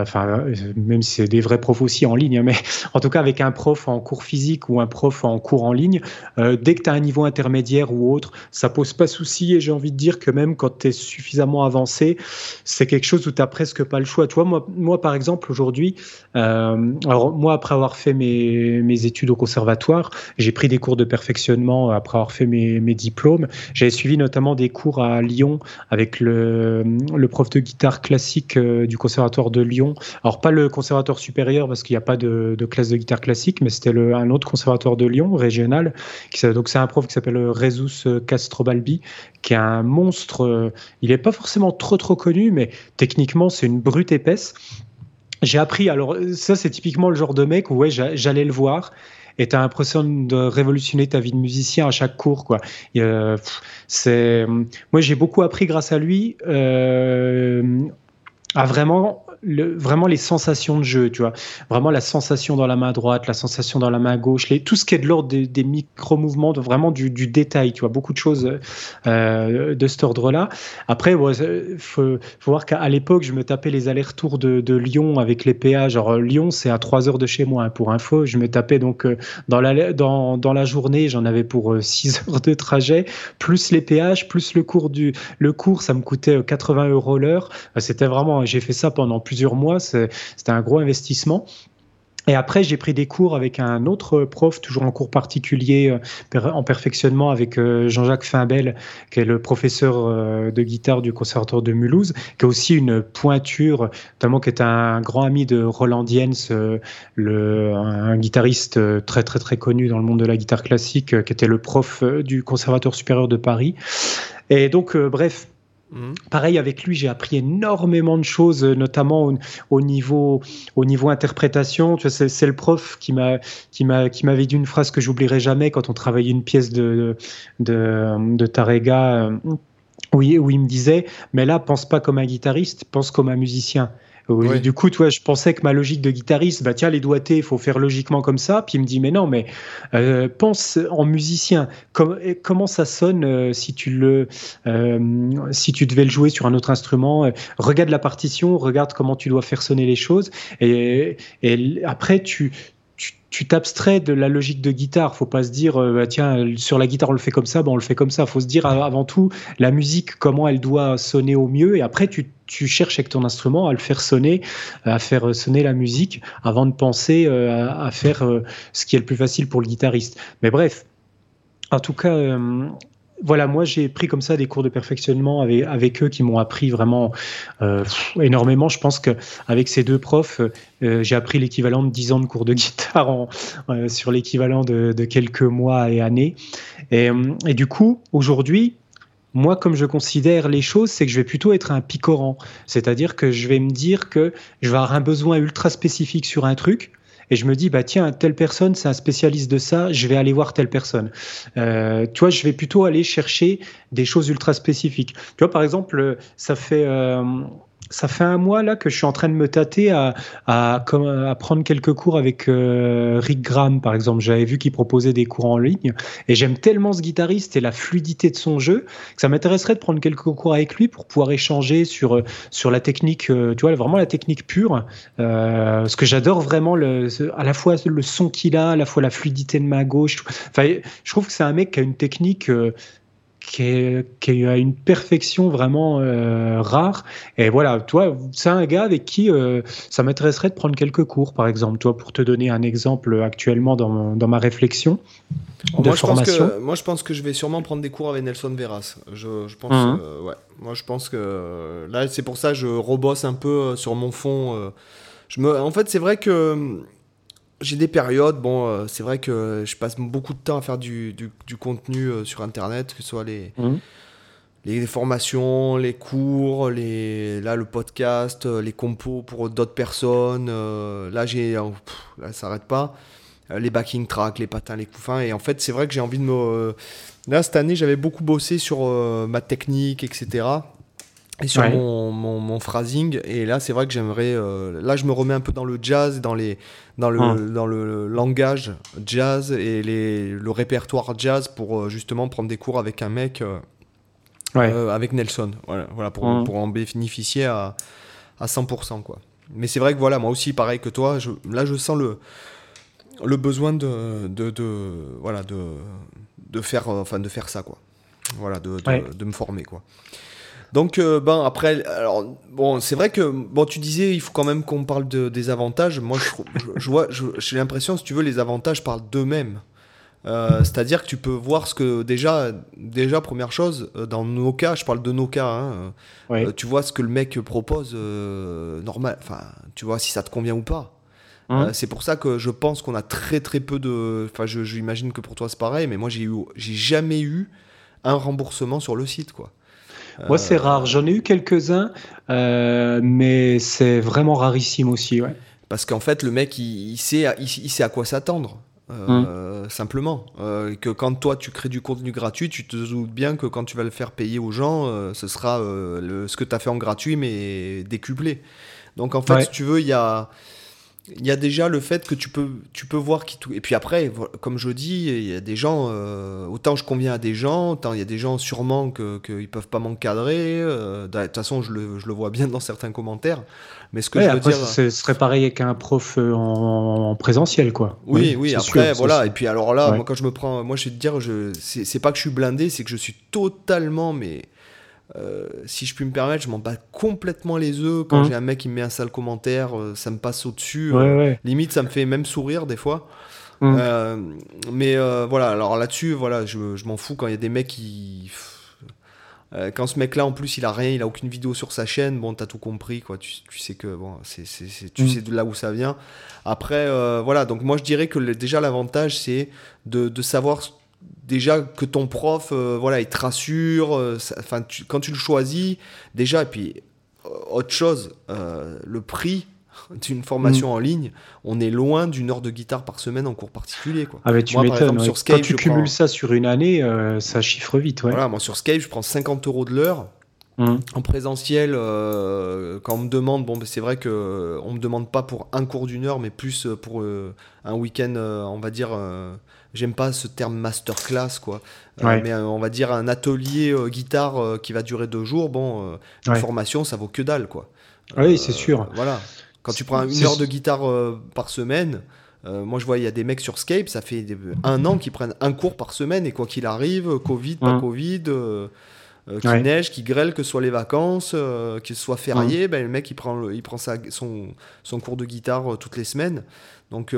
même si c'est des vrais profs aussi en ligne, mais en tout cas avec un prof en cours physique ou un prof en cours en ligne, dès que tu as un niveau intermédiaire ou autre, ça pose pas souci. Et j'ai envie de dire que même quand tu es suffisamment avancé, c'est quelque chose où tu n'as presque pas le choix. Tu vois, moi par exemple aujourd'hui, alors moi après avoir fait mes études au conservatoire, j'ai pris des cours de perfectionnement après avoir fait mes diplômes. J'avais suivi notamment des cours à Lyon avec le prof de guitare classique du conservatoire de Lyon. Alors pas le conservatoire supérieur parce qu'il n'y a pas de classe de guitare classique, mais c'était un autre conservatoire de Lyon, régional. Donc c'est un prof qui s'appelle Jesus Castrobalbi, qui est un monstre. Il n'est pas forcément trop connu, mais techniquement c'est une brute épaisse. J'ai appris, alors ça c'est typiquement le genre de mec où j'allais le voir et tu as l'impression de révolutionner ta vie de musicien à chaque cours, quoi. Moi, j'ai beaucoup appris grâce à lui à vraiment vraiment les sensations de jeu, tu vois. Vraiment la sensation dans la main droite, la sensation dans la main gauche, tout ce qui est de l'ordre des micro-mouvements, vraiment du détail, tu vois. Beaucoup de choses de cet ordre-là. Après, faut voir qu'à l'époque, je me tapais les allers-retours de Lyon avec les péages. Genre, Lyon, c'est à 3 heures de chez moi, hein, pour info. Je me tapais donc dans la journée, j'en avais pour 6 heures de trajet, plus les péages, plus le cours, ça me coûtait 80 € l'heure. C'était vraiment, j'ai fait ça pendant plusieurs mois, c'était un gros investissement. Et après, j'ai pris des cours avec un autre prof, toujours en cours particulier, en perfectionnement, avec Jean-Jacques Fimbel, qui est le professeur de guitare du Conservatoire de Mulhouse, qui a aussi une pointure, notamment qui est un grand ami de Roland Diens, un guitariste très très très connu dans le monde de la guitare classique, qui était le prof du Conservatoire supérieur de Paris. Et donc, bref. Pareil, avec lui, j'ai appris énormément de choses, notamment au niveau interprétation. Tu vois, c'est le prof qui m'avait dit une phrase que j'oublierai jamais quand on travaillait une pièce de Tárrega, où il me disait, mais là, pense pas comme un guitariste, pense comme un musicien. Oui. Du coup, je pensais que ma logique de guitariste, tiens, les doigtés, il faut faire logiquement comme ça. Puis il me dit, mais non, mais pense en musicien. Comment ça sonne si tu devais le jouer sur un autre instrument. Regarde la partition, regarde comment tu dois faire sonner les choses. Et après, tu t'abstrais de la logique de guitare. Faut pas se dire, tiens, sur la guitare, on le fait comme ça, on le fait comme ça. Faut se dire avant tout, la musique, comment elle doit sonner au mieux. Et après, tu cherches avec ton instrument à le faire sonner, à faire sonner la musique avant de penser à faire ce qui est le plus facile pour le guitariste. Mais bref, en tout cas, voilà, moi j'ai pris comme ça des cours de perfectionnement avec eux qui m'ont appris vraiment énormément. Je pense qu'avec ces deux profs, j'ai appris l'équivalent de 10 ans de cours de guitare sur l'équivalent de quelques mois et années. Et du coup, aujourd'hui, moi, comme je considère les choses, c'est que je vais plutôt être un picorant. C'est-à-dire que je vais me dire que je vais avoir un besoin ultra spécifique sur un truc. Et je me dis, tiens, telle personne, c'est un spécialiste de ça, je vais aller voir telle personne. Tu vois, je vais plutôt aller chercher des choses ultra spécifiques. Tu vois, par exemple, ça fait 1 mois là que je suis en train de me tâter à prendre quelques cours avec Rick Graham, par exemple. J'avais vu qu'il proposait des cours en ligne et j'aime tellement ce guitariste et la fluidité de son jeu que ça m'intéresserait de prendre quelques cours avec lui pour pouvoir échanger sur la technique, tu vois, vraiment la technique pure. Parce que j'adore vraiment à la fois le son qu'il a, à la fois la fluidité de main gauche. Enfin, je trouve que c'est un mec qui a une technique qui a une perfection vraiment rare. Et voilà, toi, c'est un gars avec qui ça m'intéresserait de prendre quelques cours, par exemple, toi, pour te donner un exemple actuellement dans ma réflexion de formation. Moi, je pense que je vais sûrement prendre des cours avec Nelson Veras. Je pense, ouais. Moi, je pense que là, c'est pour ça que je rebosse un peu sur mon fond. En fait, c'est vrai que j'ai des périodes, c'est vrai que je passe beaucoup de temps à faire du contenu sur Internet, que ce soit les formations, les cours, là, le podcast, les compos pour d'autres personnes. Là, ça s'arrête pas. Les backing tracks, les patins, les couffins. Et en fait, c'est vrai que j'ai envie de là, cette année, j'avais beaucoup bossé sur ma technique, etc. Et sur mon phrasing. Et là, c'est vrai que j'aimerais... là, je me remets un peu dans le jazz, dans le langage jazz et le répertoire jazz pour justement prendre des cours avec un mec, avec Nelson. Voilà pour en bénéficier à 100%, quoi. Mais c'est vrai que voilà, moi aussi, pareil que toi, là, je sens le besoin de faire ça, quoi. Voilà, de me former, quoi. Donc, après, alors, c'est vrai que, tu disais, il faut quand même qu'on parle des avantages. Moi, j'ai l'impression, si tu veux, les avantages parlent d'eux-mêmes. C'est-à-dire que tu peux voir ce que, déjà, première chose, dans nos cas, je parle de nos cas, tu vois ce que le mec propose, normal, enfin, tu vois si ça te convient ou pas. C'est pour ça que je pense qu'on a très très peu de... Enfin, j'imagine que pour toi c'est pareil, mais moi j'ai jamais eu un remboursement sur le site, quoi. Moi, c'est rare. J'en ai eu quelques-uns, mais c'est vraiment rarissime aussi. Ouais. Parce qu'en fait, le mec, il sait à quoi s'attendre. Simplement. Que quand toi, tu crées du contenu gratuit, tu te doutes bien que quand tu vas le faire payer aux gens, ce sera ce que tu as fait en gratuit, mais décuplé. Donc en fait, Ouais. si tu veux, il y a déjà le fait que tu peux voir qui tout. Et puis après, comme je dis, il y a des gens, autant je conviens à des gens, autant il y a des gens sûrement qu'ils peuvent pas m'encadrer. De toute façon, je le vois bien dans certains commentaires. Mais ce que Ouais, je veux après, dire. ce serait pareil qu'un prof en présentiel, quoi. Oui, oui, c'est après, sûr, ça voilà. aussi. Et puis alors là, Ouais. moi, quand je me prends. Moi, je vais te dire, c'est pas que je suis blindé, c'est que je suis totalement. Mais si je puis me permettre, je m'en bats complètement les œufs quand Hum. j'ai un mec qui me met un sale commentaire, ça me passe au-dessus. Ouais, ouais. Limite, ça me fait même sourire des fois. Hum. Mais voilà, alors là-dessus, voilà, je m'en fous quand il y a des mecs qui. Quand ce mec-là, en plus, il a rien, il a aucune vidéo sur sa chaîne, bon, t'as tout compris, quoi. Tu sais que, bon, tu sais de là où ça vient. Après, voilà, donc moi, je dirais que déjà, l'avantage, c'est de savoir déjà que ton prof, voilà, il te rassure. Enfin, quand tu le choisis, déjà, et puis, autre chose, le prix d'une Hum. formation en ligne, on est loin d'une heure de guitare par semaine en cours particulier, quoi. Ah, mais tu Moi, par m'étonnes. exemple, Ouais. sur Quand Skype, tu cumules ça sur une année, ça chiffre vite, ouais. voilà, moi, sur Skype, je prends 50 € de l'heure. Hum. En présentiel, quand on me demande, bon, ben, c'est vrai que on me demande pas pour un cours d'une heure, mais plus pour un week-end, on va dire. J'aime pas ce terme masterclass, quoi. Ouais. Mais on va dire un atelier guitare qui va durer 2 jours. Bon, une Ouais. formation, ça vaut que dalle, quoi. Oui, c'est sûr. Voilà. Quand tu prends une C'est- heure de guitare par semaine, moi je vois, il y a des mecs sur Skype, ça fait 1 an qu'ils prennent un cours par semaine, et quoi qu'il arrive, Covid, pas Hum. Covid. Qu'il Ouais. neige, qu'il grêle, que ce soit les vacances, qu'il soit férié, ben, le mec il prend son cours de guitare toutes les semaines. Donc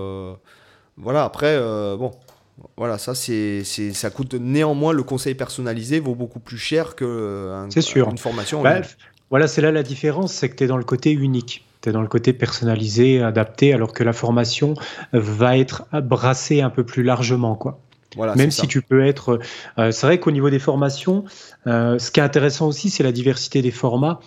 voilà, après, bon, voilà, ça ça coûte néanmoins, le conseil personnalisé vaut beaucoup plus cher que C'est sûr. une formation en Bah, ligne. voilà, c'est là la différence, c'est que tu es dans le côté unique. Tu es dans le côté personnalisé, adapté, alors que la formation va être brassée un peu plus largement, quoi. Voilà, c'est Même si ça. tu peux être. C'est vrai qu'au niveau des formations, ce qui est intéressant aussi, c'est la diversité des formats.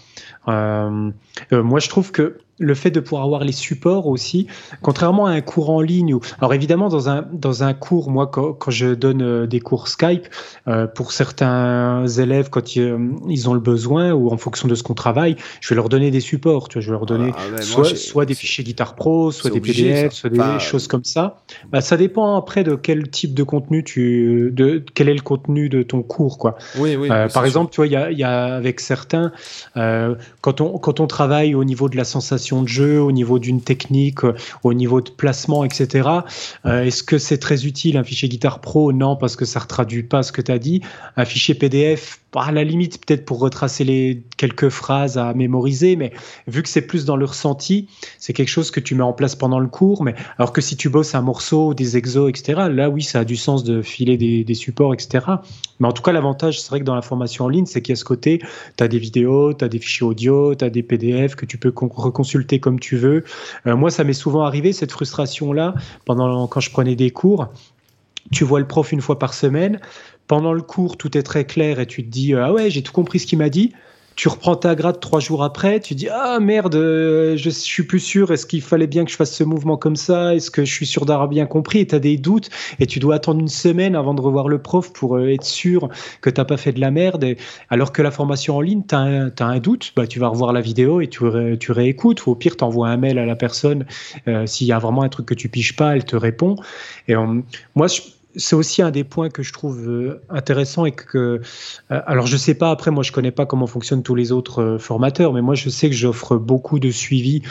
Moi, je trouve que le fait de pouvoir avoir les supports aussi, contrairement à un cours en ligne, alors évidemment, dans un cours, moi, quand je donne des cours Skype, pour certains élèves, quand ils ont le besoin ou en fonction de ce qu'on travaille, je vais leur donner des supports. Tu vois, je vais leur donner Voilà, ouais, moi, soit des fichiers Guitar Pro, soit c'est des obligé, ça. PDF, soit des Enfin, choses comme ça. Bah, ça dépend après de quel type de contenu quel est le contenu de ton cours, quoi. oui, oui, Par c'est exemple, tu vois, il y a avec certains, quand on travaille au niveau de la sensation de jeu, au niveau d'une technique, au niveau de placement, etc., est-ce que c'est très utile un fichier Guitar Pro? Non, parce que ça ne retraduit pas ce que tu as dit. Un fichier PDF, à la limite, peut-être pour retracer quelques phrases à mémoriser, mais vu que c'est plus dans le ressenti, c'est quelque chose que tu mets en place pendant le cours. Mais alors que si tu bosses un morceau, des exos, etc., là, oui, ça a du sens de filer des supports, etc. Mais en tout cas, l'avantage, c'est vrai que dans la formation en ligne, c'est qu'il y a ce côté, tu as des vidéos, tu as des fichiers audio, tu as des PDF que tu peux reconsulter comme tu veux. Moi, ça m'est souvent arrivé, cette frustration-là, quand je prenais des cours. Tu vois le prof une fois par semaine. Pendant le cours, tout est très clair et tu te dis « Ah ouais, j'ai tout compris ce qu'il m'a dit ». Tu reprends ta grade 3 jours après, tu dis « Ah merde, je suis plus sûr, est-ce qu'il fallait bien que je fasse ce mouvement comme ça? Est-ce que je suis sûr d'avoir bien compris ?» Et tu as des doutes et tu dois attendre une semaine avant de revoir le prof pour être sûr que tu n'as pas fait de la merde. Alors que la formation en ligne, tu as un doute, bah, tu vas revoir la vidéo et tu réécoutes. Ou au pire, tu envoies un mail à la personne. S'il y a vraiment un truc que tu piges pas, elle te répond. Et moi, c'est aussi un des points que je trouve intéressant et que, alors je sais pas, après moi je connais pas comment fonctionnent tous les autres formateurs, mais moi je sais que j'offre beaucoup de suivi,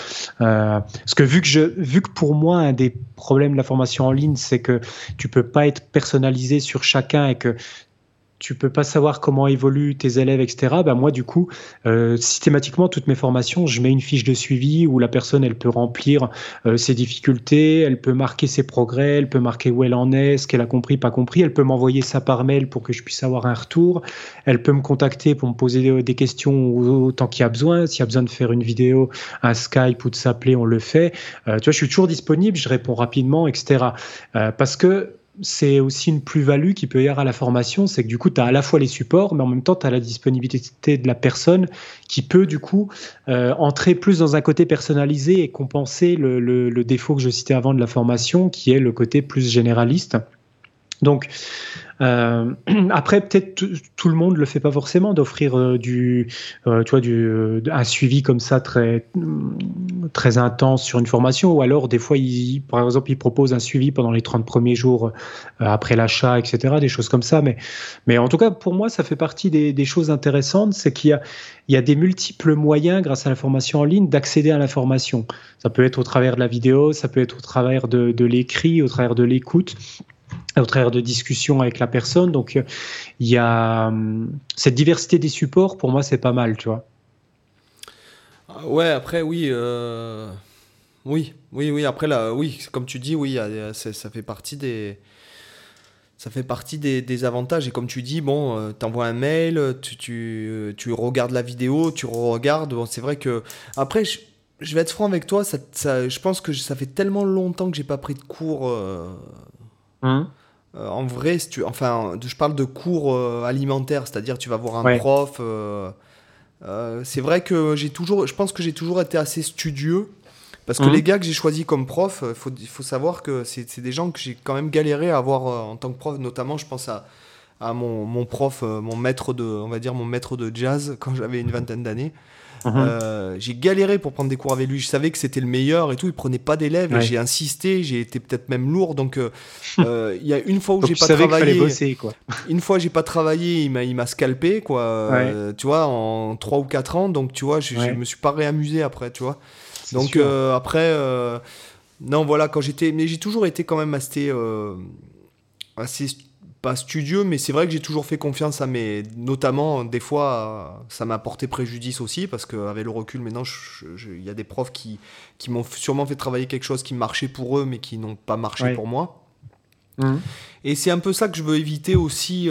parce que vu que pour moi un des problèmes de la formation en ligne, c'est que tu peux pas être personnalisé sur chacun et que tu peux pas savoir comment évoluent tes élèves, etc. Ben moi, du coup, systématiquement, toutes mes formations, je mets une fiche de suivi où la personne, elle peut remplir ses difficultés, elle peut marquer ses progrès, elle peut marquer où elle en est, ce qu'elle a compris, pas compris. Elle peut m'envoyer ça par mail pour que je puisse avoir un retour. Elle peut me contacter pour me poser des questions autant qu'il y a besoin. S'il y a besoin de faire une vidéo, un Skype ou de s'appeler, on le fait. Tu vois, je suis toujours disponible, je réponds rapidement, etc. Parce que c'est aussi une plus-value qu'il peut y avoir à la formation, c'est que du coup, tu as à la fois les supports, mais en même temps, tu as la disponibilité de la personne qui peut du coup entrer plus dans un côté personnalisé et compenser le défaut que je citais avant de la formation, qui est le côté plus généraliste. Donc, après, peut-être tout le monde le fait pas forcément d'offrir un suivi comme ça très intense sur une formation, ou alors des fois, par exemple, ils proposent un suivi pendant les 30 premiers jours après l'achat, etc., des choses comme ça. Mais en tout cas, pour moi, ça fait partie des choses intéressantes, c'est qu'il y a des multiples moyens, grâce à la formation en ligne, d'accéder à l'information. Ça peut être au travers de la vidéo, ça peut être au travers de l'écrit, au travers de l'écoute, au travers de discussions avec la personne. Donc, il y a cette diversité des supports, pour moi, c'est pas mal, tu vois. Ouais, après, oui. Oui. Après, là, oui, comme tu dis, oui, ça fait partie des avantages. Et comme tu dis, bon, t'envoies un mail, tu regardes la vidéo, tu regardes. Bon, c'est vrai que. Après, je vais être franc avec toi, je pense que ça fait tellement longtemps que j'ai pas pris de cours. En vrai, je parle de cours alimentaires, c'est-à-dire tu vas voir un Ouais. prof. C'est vrai que je pense que j'ai toujours été assez studieux, parce que les gars que j'ai choisis comme prof, il faut savoir que c'est des gens que j'ai quand même galéré à avoir en tant que prof. Notamment, je pense à mon prof, mon maître de jazz quand j'avais une vingtaine d'années. J'ai galéré pour prendre des cours avec lui. Je savais que c'était le meilleur et tout. Il prenait pas d'élèves et Ouais. j'ai insisté. J'ai été peut-être même lourd. Donc, il y a une fois où Donc, j'ai tu pas savais qu'il fallait travaillé. bosser, quoi. Une fois j'ai pas travaillé, il m'a scalpé, quoi. Ouais. Tu vois, en 3 ou 4 ans. Donc, tu vois, je Ouais. me suis pas réamusé après, tu vois. C'est Donc, sûr. après, non, voilà, mais j'ai toujours été quand même assez pas studieux, mais c'est vrai que j'ai toujours fait confiance notamment, des fois, ça m'a porté préjudice aussi, parce qu'avec le recul, maintenant, il y a des profs qui m'ont sûrement fait travailler quelque chose qui marchait pour eux, mais qui n'ont pas marché Ouais. pour moi. Et c'est un peu ça que je veux éviter aussi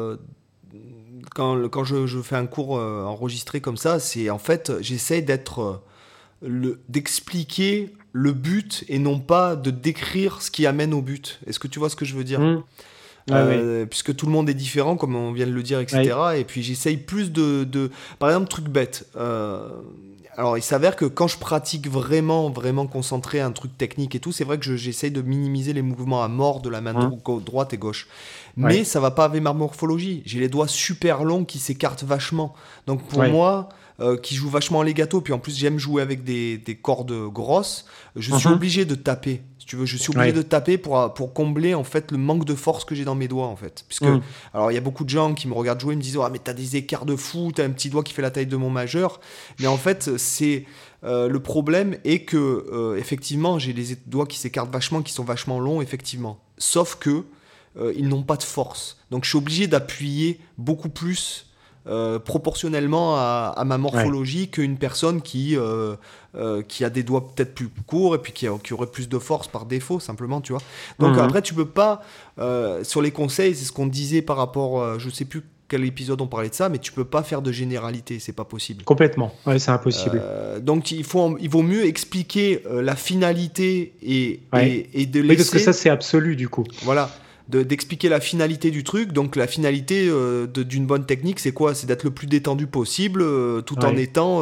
quand je fais un cours enregistré comme ça. C'est en fait, j'essaie d'expliquer le but et non pas de décrire ce qui amène au but. Est-ce que tu vois ce que je veux dire? Ouais, ouais. Puisque tout le monde est différent, comme on vient de le dire, Ouais. etc. Et puis j'essaye plus Par exemple, truc bête. Alors, il s'avère que quand je pratique vraiment, vraiment concentré un truc technique et tout, c'est vrai que j'essaye de minimiser les mouvements à mort de la main droite et gauche. Mais Ouais. ça va pas avec ma morphologie. J'ai les doigts super longs qui s'écartent vachement. Donc pour Ouais. moi, qui joue vachement les gâteaux, puis en plus j'aime jouer avec des cordes grosses, je suis obligé de taper. Si tu veux, je suis obligé Ouais. de taper pour combler en fait le manque de force que j'ai dans mes doigts en fait. Puisque, alors il y a beaucoup de gens qui me regardent jouer et me disent ah mais t'as des écarts de fou, t'as un petit doigt qui fait la taille de mon majeur. Mais en fait le problème est que effectivement j'ai les doigts qui s'écartent vachement, qui sont vachement longs effectivement. Sauf que ils n'ont pas de force. Donc je suis obligé d'appuyer beaucoup plus proportionnellement à ma Ouais. morphologie qu'une personne qui a des doigts peut-être plus courts et puis qui aurait plus de force par défaut, simplement, tu vois. Donc après, tu peux pas, sur les conseils, c'est ce qu'on disait par rapport, je sais plus quel épisode on parlait de ça, mais tu peux pas faire de généralité, c'est pas possible. Complètement. Ouais, c'est impossible. Donc il vaut mieux expliquer la finalité Ouais. et de Oui, parce que ça, laisser, c'est absolu, du coup. voilà, d'expliquer la finalité du truc. Donc la finalité d'une bonne technique, c'est quoi? C'est d'être le plus détendu possible, tout en Ouais. étant...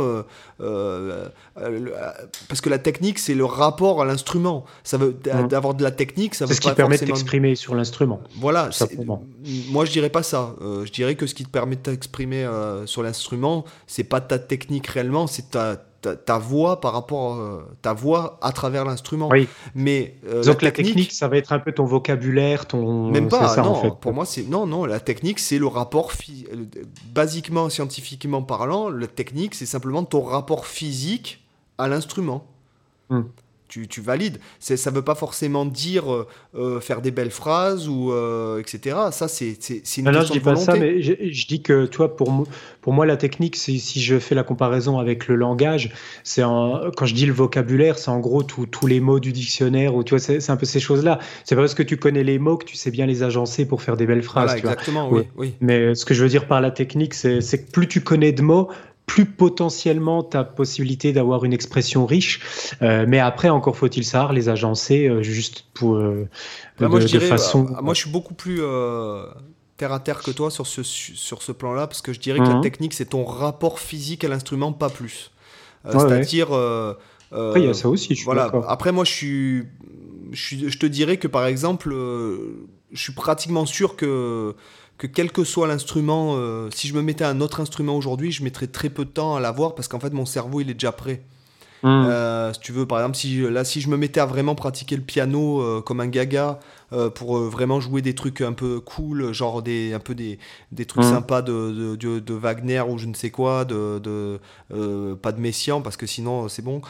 parce que la technique, c'est le rapport à l'instrument. D'avoir de la technique, ça C'est veut ce qui pas permet de forcément... t'exprimer sur l'instrument, Voilà, tout simplement. moi je dirais pas ça. Je dirais que ce qui te permet de t'exprimer sur l'instrument, c'est pas ta technique réellement, c'est ta voix par rapport ta voix à travers l'instrument. Oui. Mais Disons la que la technique, technique, ça va être un peu ton vocabulaire, même c'est pas, ça, en non, fait. pour moi c'est non, la technique c'est le rapport basiquement scientifiquement parlant, la technique c'est simplement ton rapport physique à l'instrument. Hmm. Tu valides. Ça veut pas forcément dire faire des belles phrases ou etc. Ça c'est une Non, non, je question dis de pas ça, volonté. mais je dis que, tu vois, pour moi, la technique, si je fais la comparaison avec le langage, quand je dis le vocabulaire, c'est en gros tous les mots du dictionnaire, ou tu vois, c'est un peu ces choses-là. C'est pas parce que tu connais les mots que tu sais bien les agencer pour faire des belles phrases, Voilà, tu vois. exactement, Ouais. oui, oui. Mais ce que je veux dire par la technique, c'est que plus tu connais de mots, plus potentiellement tu as possibilité d'avoir une expression riche. Mais après, encore faut-il savoir les agencer juste Bah, moi je de dirais, façon. moi je suis beaucoup plus terre à terre que toi sur ce plan-là, parce que je dirais que la Mhm. technique c'est ton rapport physique à l'instrument, pas plus. Ouais, ouais. C'est-à-dire, Après, il y a ça aussi, je suis voilà. d'accord. Après, moi, je te dirais que par exemple, je suis pratiquement sûr que quel que soit l'instrument, si je me mettais à un autre instrument aujourd'hui, je mettrais très peu de temps à l'avoir parce qu'en fait mon cerveau il est déjà prêt. Si tu veux, par exemple, si je me mettais à vraiment pratiquer le piano comme un gaga pour vraiment jouer des trucs un peu cool, genre des trucs sympas de Wagner ou je ne sais quoi, pas de Messiaen parce que sinon c'est bon.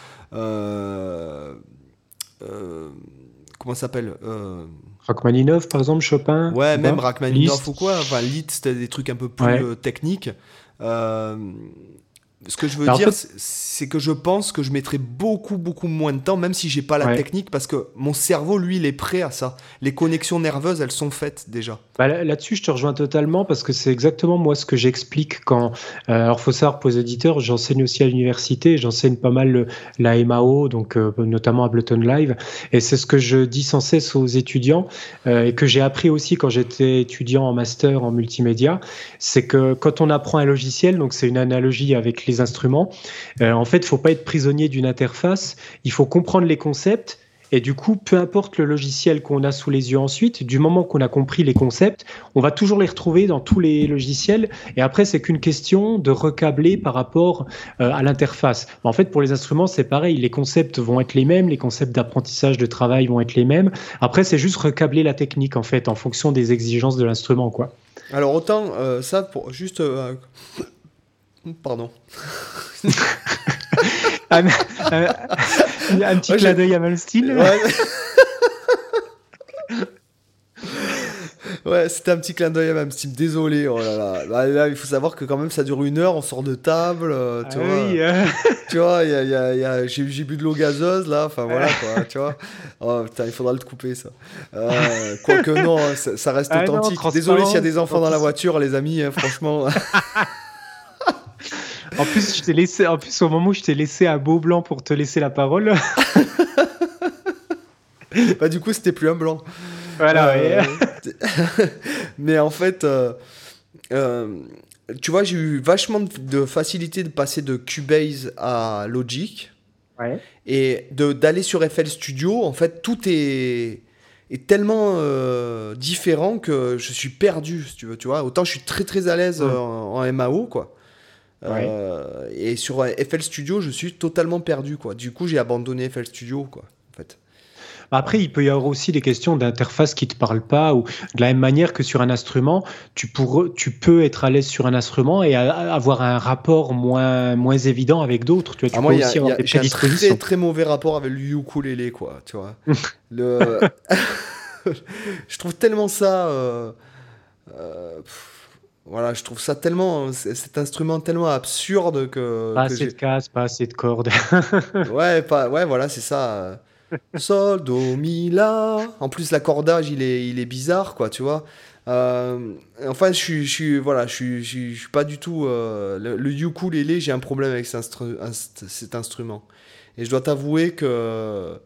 Comment ça s'appelle Rachmaninov, par exemple, Chopin. Ouais, même pas Rachmaninov Liszt. ou quoi. Enfin, Liszt, c'était des trucs un peu plus techniques. Ce que je veux Alors, en dire, fait, c'est que je pense que je mettrais beaucoup, beaucoup moins de temps, même si j'ai pas la ouais. technique, parce que mon cerveau, lui, il est prêt à ça. Les connexions nerveuses, elles sont faites déjà. Bah, là-dessus, je te rejoins totalement parce que c'est exactement moi ce que j'explique quand. Alors, faut savoir pour les auditeurs, j'enseigne aussi à l'université, j'enseigne pas mal la MAO, donc notamment à Ableton Live, et c'est ce que je dis sans cesse aux étudiants et que j'ai appris aussi quand j'étais étudiant en master en multimédia, c'est que quand on apprend un logiciel, donc c'est une analogie avec les instruments, en fait, il faut pas être prisonnier d'une interface, il faut comprendre les concepts. Et du coup, peu importe le logiciel qu'on a sous les yeux ensuite, du moment qu'on a compris les concepts, on va toujours les retrouver dans tous les logiciels. Et après, c'est qu'une question de recabler par rapport à l'interface. En fait, pour les instruments, c'est pareil. Les concepts vont être les mêmes, les concepts d'apprentissage de travail vont être les mêmes. Après, c'est juste recabler la technique, en fait, en fonction des exigences de l'instrument, quoi. Alors, autant, ça, pour juste. Pardon. Un petit clin d'œil à Malmsteen. Ouais. Ouais, c'était un petit clin d'œil à même Steve. Désolé, oh là là. Là, il faut savoir que quand même ça dure 1 heure, on sort de table, tu vois. Oui, Tu vois, j'ai bu de l'eau gazeuse là, enfin voilà quoi, tu vois. Oh putain, il faudra le couper ça. Quoique non, ça reste authentique. Non, Désolé s'il y a des enfants dans la voiture, les amis, franchement. En plus, au moment où je t'ai laissé un beau blanc pour te laisser la parole. Bah du coup, c'était plus un blanc. Voilà, ouais. Mais en fait, tu vois, j'ai eu vachement de facilité de passer de Cubase à Logic. Ouais. Et d'aller sur FL Studio, en fait, tout est tellement différent que je suis perdu, si tu veux, tu vois. Autant je suis très très à l'aise en MAO, quoi. Ouais. Et sur FL Studio, je suis totalement perdu, quoi. Du coup, j'ai abandonné FL Studio, quoi, en fait. Après, il peut y avoir aussi des questions d'interface qui ne te parlent pas, ou de la même manière que sur un instrument, tu peux être à l'aise sur un instrument et avoir un rapport moins évident avec d'autres. Tu vois, tu peux aussi avoir des j'ai un prédispositions. très très mauvais rapport avec le ukulélé, quoi, tu vois. Je trouve tellement ça... voilà, je trouve ça tellement... Cet instrument tellement absurde Pas que assez de casse, pas assez de cordes. Ouais, voilà, c'est ça. Sol, do, mi, la. En plus, l'accordage, il est bizarre, quoi, tu vois. Enfin, voilà, je suis pas du tout. Le ukulélé, j'ai un problème avec cet instrument. Et je dois t'avouer que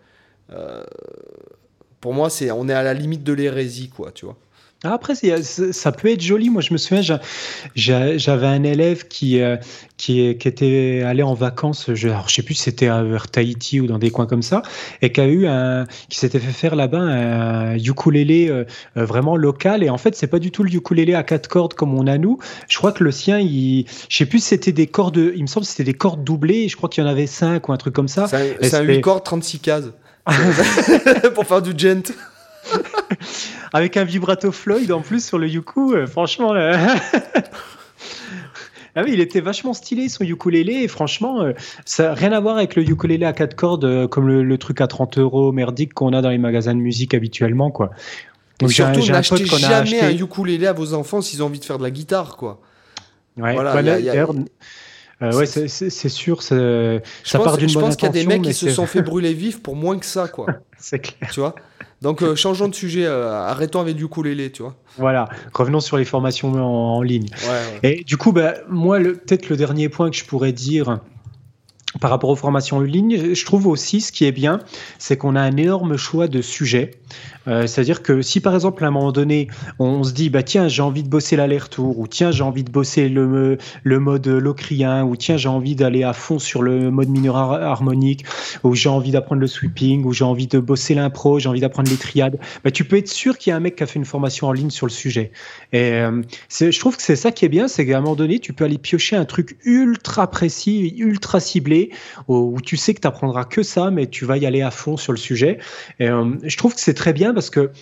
pour moi, on est à la limite de l'hérésie, quoi, tu vois. Après, ça peut être joli. Moi, je me souviens, j'avais un élève qui était allé en vacances, alors, je sais plus si c'était vers Tahiti ou dans des coins comme ça, et qui s'était fait faire là-bas un ukulélé vraiment local. Et en fait, c'est pas du tout le ukulélé à 4 cordes comme on a nous. Je crois que le sien, je sais plus si c'était des cordes, il me semble que c'était des cordes doublées. Et je crois qu'il y en avait 5 ou un truc comme ça. C'est un 8 cordes, 36 cases. Pour faire du gent. Avec un vibrato Floyd en plus sur le uku, franchement. Ah oui, il était vachement stylé son ukulélé et franchement, ça n'a rien à voir avec le ukulélé à 4 cordes comme le truc à 30 € merdique qu'on a dans les magasins de musique habituellement, quoi. Donc, surtout, n'achetez jamais un ukulélé à vos enfants s'ils ont envie de faire de la guitare, quoi. Ouais, voilà, ouais, c'est sûr, ça part d'une bonne intention. Je pense qu'il y a des mecs qui se sont fait brûler vifs pour moins que ça, quoi. C'est clair. Tu vois. Donc, changeons de sujet, arrêtons avec le ukulélé, tu vois. Voilà, revenons sur les formations en ligne. Ouais. Et du coup, moi, peut-être le dernier point que je pourrais dire, par rapport aux formations en ligne, je trouve aussi ce qui est bien, c'est qu'on a un énorme choix de sujets. C'est-à-dire que si par exemple à un moment donné, on se dit bah tiens j'ai envie de bosser l'aller-retour ou tiens j'ai envie de bosser le mode locrien ou tiens j'ai envie d'aller à fond sur le mode mineur harmonique ou j'ai envie d'apprendre le sweeping ou j'ai envie de bosser l'impro, j'ai envie d'apprendre les triades, bah tu peux être sûr qu'il y a un mec qui a fait une formation en ligne sur le sujet. Et je trouve que c'est ça qui est bien, c'est qu'à un moment donné tu peux aller piocher un truc ultra précis, ultra ciblé où tu sais que tu apprendras que ça mais tu vas y aller à fond sur le sujet. Et je trouve que c'est très bien parce que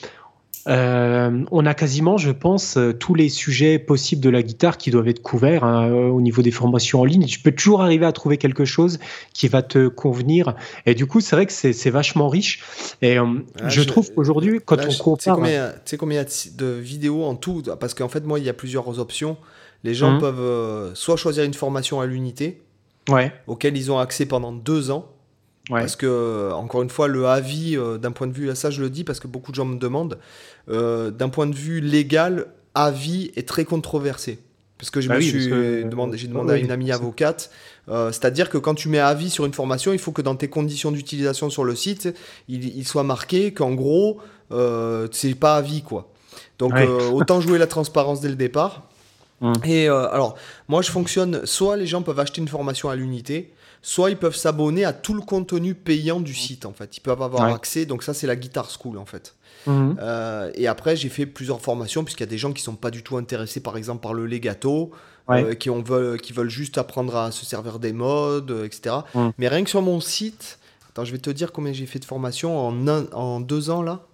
on a quasiment, je pense, tous les sujets possibles de la guitare qui doivent être couverts au niveau des formations en ligne. Tu peux toujours arriver à trouver quelque chose qui va te convenir. Et du coup, c'est vrai que c'est vachement riche. Et je trouve qu'aujourd'hui, quand on compare... Tu sais combien il y a de vidéos en tout? Parce qu'en fait, moi, il y a plusieurs options. Les gens peuvent soit choisir une formation à l'unité, auquel ils ont accès pendant 2 ans. Ouais. Parce que, encore une fois, le avis, d'un point de vue, ça je le dis parce que beaucoup de gens me demandent, d'un point de vue légal, avis est très controversé. Parce que j'ai demandé à une amie avocate, c'est-à-dire que quand tu mets avis sur une formation, il faut que dans tes conditions d'utilisation sur le site, il soit marqué qu'en gros, c'est pas avis, quoi. Donc, autant jouer la transparence dès le départ. Et alors, moi je fonctionne, soit les gens peuvent acheter une formation à l'unité, soit ils peuvent s'abonner à tout le contenu payant du site, en fait. Ils peuvent avoir accès, donc ça c'est la Guitar School, en fait. Et après j'ai fait plusieurs formations, puisqu'il y a des gens qui sont pas du tout intéressés, par exemple, par le legato, qui veulent juste apprendre à se servir des modes, etc. Mais rien que sur mon site, attends, je vais te dire combien j'ai fait de formations en 2 ans, là.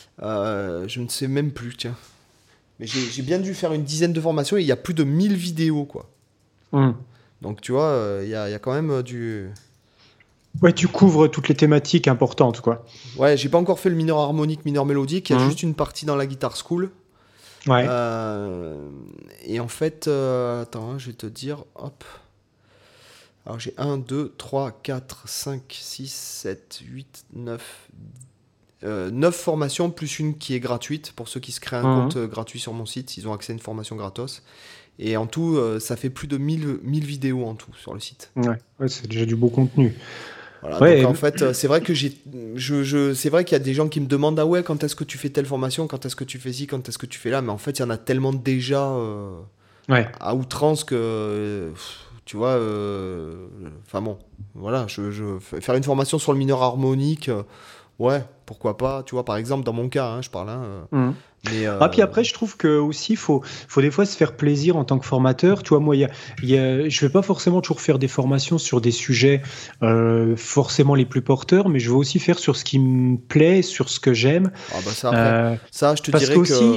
Je ne sais même plus, tiens. Mais j'ai bien dû faire une dizaine de formations et il y a plus de 1000 vidéos, quoi. Donc, tu vois, il y a quand même du... Ouais, tu couvres toutes les thématiques importantes, quoi. Ouais, j'ai pas encore fait le mineur harmonique, mineur mélodique. Il y a juste une partie dans la Guitar School. Et en fait, attends, je vais te dire, hop. Alors, j'ai 1, 2, 3, 4, 5, 6, 7, 8, 9 formations, plus une qui est gratuite pour ceux qui se créent un compte gratuit sur mon site. Ils ont accès à une formation gratos. Et en tout, ça fait plus de 1000 vidéos en tout sur le site. Ouais, c'est déjà du beau contenu. Voilà, donc en fait, c'est vrai que c'est vrai qu'il y a des gens qui me demandent quand est-ce que tu fais telle formation, quand est-ce que tu fais ci, quand est-ce que tu fais là, mais en fait, il y en a tellement déjà à outrance que tu vois, enfin bon, voilà, faire une formation sur le mineur harmonique, ouais, pourquoi pas, tu vois, par exemple, dans mon cas, je parle. Puis après, je trouve que aussi, faut des fois se faire plaisir en tant que formateur. Tu vois, moi, je vais pas forcément toujours faire des formations sur des sujets forcément les plus porteurs, mais je veux aussi faire sur ce qui me plaît, sur ce que j'aime. Ça, je te dirais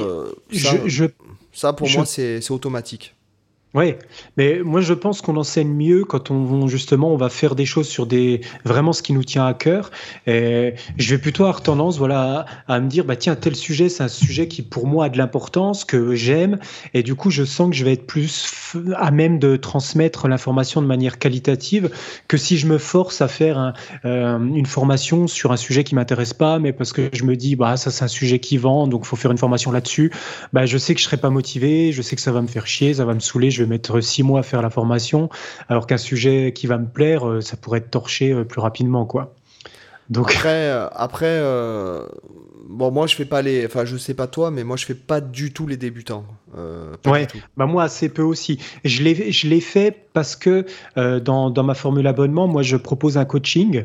que ça, pour moi, c'est automatique. Oui, mais moi je pense qu'on enseigne mieux quand on va faire des choses sur vraiment ce qui nous tient à cœur. Et je vais plutôt avoir tendance à me dire tiens, tel sujet c'est un sujet qui pour moi a de l'importance, que j'aime, et du coup je sens que je vais être plus à même de transmettre l'information de manière qualitative que si je me force à faire une formation sur un sujet qui m'intéresse pas, mais parce que je me dis ça c'est un sujet qui vend, donc faut faire une formation là-dessus. Je sais que je serai pas motivé, je sais que ça va me faire chier, ça va me saouler, je vais mettre 6 mois à faire la formation, alors qu'un sujet qui va me plaire, ça pourrait être torché plus rapidement, quoi. Donc... Après bon, moi je fais pas je sais pas toi, mais moi je fais pas du tout les débutants. Du tout. Moi assez peu aussi. Je l'ai fait parce que dans ma formule abonnement, moi je propose un coaching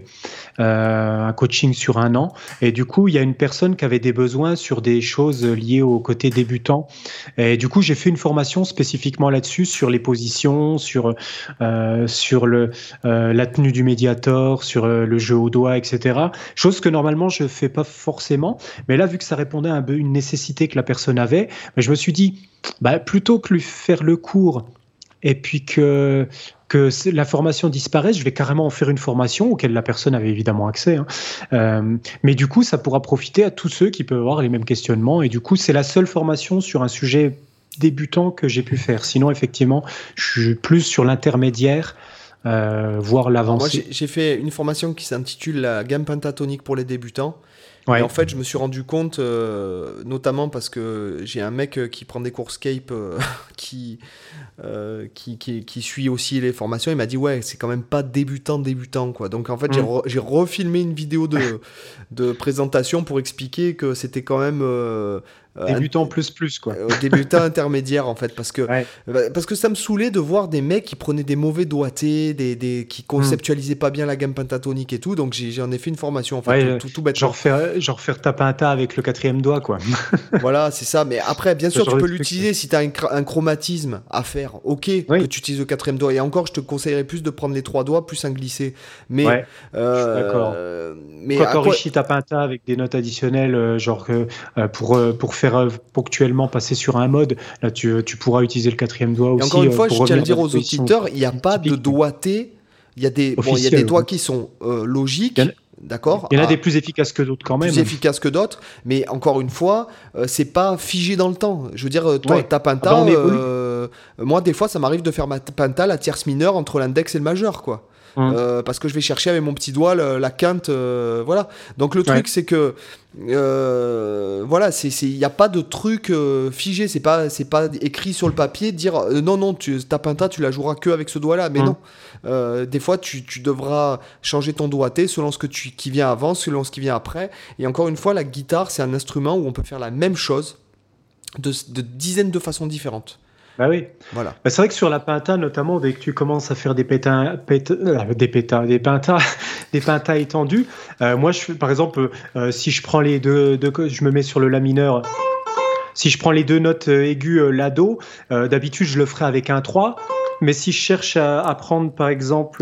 sur 1 an, et du coup il y a une personne qui avait des besoins sur des choses liées au côté débutant, et du coup j'ai fait une formation spécifiquement là-dessus, sur les positions, sur la tenue du médiator, sur le jeu au doigt, etc. Chose que normalement je fais pas forcément, mais là vu que ça répondait à une nécessité que la personne avait, je me suis dit plutôt que lui faire le cours et puis que la formation disparaisse, je vais carrément en faire une formation auquel la personne avait évidemment accès. Mais du coup, ça pourra profiter à tous ceux qui peuvent avoir les mêmes questionnements. Et du coup, c'est la seule formation sur un sujet débutant que j'ai pu faire. Sinon, effectivement, je suis plus sur l'intermédiaire, voire l'avancée. Moi, j'ai fait une formation qui s'intitule la gamme pentatonique pour les débutants. Ouais. Et en fait, je me suis rendu compte, notamment parce que j'ai un mec qui prend des cours Scape qui suit aussi les formations. Il m'a dit, ouais, c'est quand même pas débutant, quoi. Donc, en fait, j'ai refilmé une vidéo de présentation pour expliquer que c'était quand même... Débutant plus, quoi. Débutant intermédiaire, en fait, parce que ça me saoulait de voir des mecs qui prenaient des mauvais doigtés, qui conceptualisaient pas bien la gamme pentatonique et tout, donc j'en ai fait une formation, en fait, tout bêtement. Genre faire ta penta avec le 4e doigt, quoi. Voilà, c'est ça, mais après, bien sûr, tu peux l'utiliser si tu as un chromatisme à faire, que tu utilises le 4e doigt, et encore, je te conseillerais plus de prendre les 3 doigts, plus un glissé. Mais, je suis d'accord. Mais quand t'enrichis ta penta avec des notes additionnelles, pour faire ponctuellement passer sur un mode, là tu pourras utiliser le 4e doigt aussi. Et encore une fois, je tiens à le dire aux auditeurs, il n'y a pas de doigté. Il y a des doigts qui sont logiques. D'accord. Il y en a des plus efficaces que d'autres quand même. Plus efficaces que d'autres, mais encore une fois, c'est pas figé dans le temps. Je veux dire, toi, ta penta, moi des fois, ça m'arrive de faire ma penta, la tierce mineure entre l'index et le majeur, quoi. Parce que je vais chercher avec mon petit doigt la quinte, voilà. Donc le truc, c'est que voilà, il n'y a pas de truc figé, c'est pas écrit sur le papier, dire non, ta penta, tu la joueras que avec ce doigt-là, mais non. Des fois, tu devras changer ton doigté selon ce qui vient avant, selon ce qui vient après. Et encore une fois, la guitare, c'est un instrument où on peut faire la même chose de dizaines de façons différentes. Bah oui. Voilà. Bah c'est vrai que sur la penta, notamment, dès que tu commences à faire des pentas étendus, moi, par exemple, si je prends les deux, je me mets sur le la mineur. Si je prends les 2 notes aiguës la-do, d'habitude, je le ferai avec un 3. Mais si je cherche à prendre, par exemple,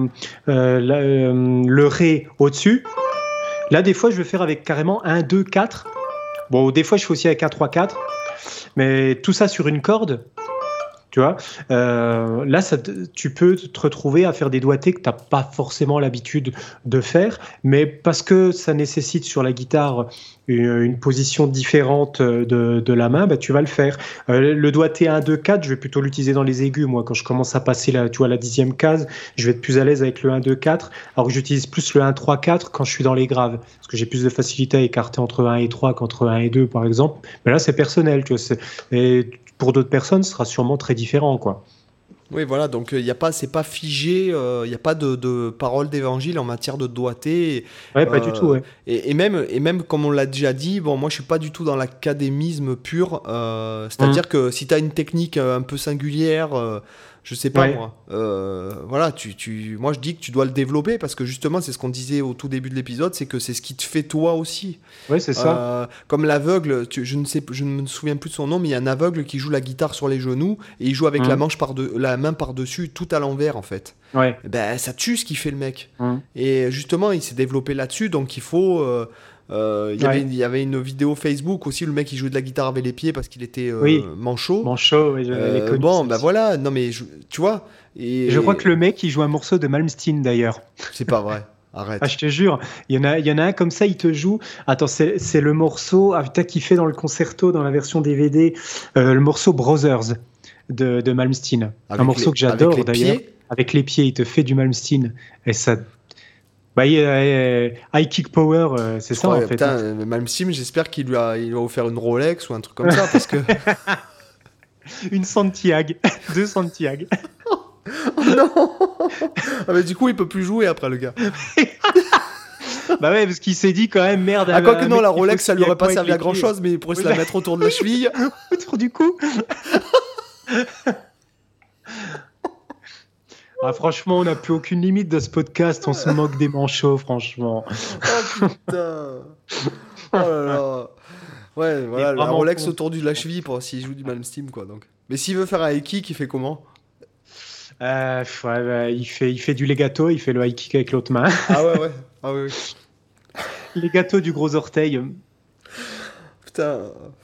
le ré au-dessus, là, des fois, je vais faire avec carrément un 2, 4. Bon, des fois, je fais aussi avec un 3, 4. Mais tout ça sur une corde, tu vois, là, tu peux te retrouver à faire des doigtés que tu n'as pas forcément l'habitude de faire, mais parce que ça nécessite sur la guitare une position différente de la main, bah, tu vas le faire. Le doigté 1, 2, 4, je vais plutôt l'utiliser dans les aigus. Moi, quand je commence à passer la 10e case, je vais être plus à l'aise avec le 1, 2, 4, alors que j'utilise plus le 1, 3, 4 quand je suis dans les graves, parce que j'ai plus de facilité à écarter entre 1 et 3 qu'entre 1 et 2, par exemple. Mais là, c'est personnel, tu vois. Et pour d'autres personnes, ce sera sûrement très différent, quoi. Oui, voilà, donc c'est pas figé, il n'y a pas de parole d'évangile en matière de doigté. Ouais, pas du tout, ouais. Et même, comme on l'a déjà dit, bon, moi je suis pas du tout dans l'académisme pur, c'est-à-dire que si tu as une technique un peu singulière, je sais pas moi, voilà, moi je dis que tu dois le développer parce que justement, c'est ce qu'on disait au tout début de l'épisode, c'est que c'est ce qui te fait toi aussi. Oui, c'est ça. Comme l'aveugle, je ne me souviens plus de son nom, mais il y a un aveugle qui joue la guitare sur les genoux et il joue avec la main par-dessus, tout à l'envers en fait. Ouais. Ben, ça tue ce qu'il fait le mec. Et justement, il s'est développé là-dessus, donc il faut... il y avait une vidéo Facebook aussi, le mec il jouait de la guitare avec les pieds parce qu'il était manchot. Manchot, oui, j'avais connu. Bon, bah voilà, non mais tu vois. Et... Je crois que le mec il joue un morceau de Malmsteen d'ailleurs. C'est pas vrai. Arrête. Ah, je te jure, il y en a un comme ça, il te joue. Attends, c'est le morceau qu'il fait dans le concerto, dans la version DVD, le morceau Brothers de Malmsteen. Un morceau que j'adore d'ailleurs. Avec les pieds, il te fait du Malmsteen. Et ça. Bah, High Kick Power, c'est ça en fait. Putain, Malmsteen, j'espère qu'il lui a offert une Rolex ou un truc comme ça parce que. Une Santiago, 2 Santiago. Oh non. Ah mais du coup il peut plus jouer après le gars. Bah ouais, parce qu'il s'est dit quand même merde. Ah quoi que non, la Rolex ça lui aurait pas servi à grand chose, mais il pourrait se la mettre autour de la cheville. Autour du cou. Ah, franchement, on n'a plus aucune limite de ce podcast, on se moque des manchots, franchement. Oh putain. Oh là là. Ouais, voilà, la Rolex autour de la cheville pour s'il joue du Malmsteen quoi donc. Mais s'il veut faire un high kick, il fait comment? Il fait du legato, il fait le high kick avec l'autre main. Ah ouais. Ah oui. Legato du gros orteil. Putain.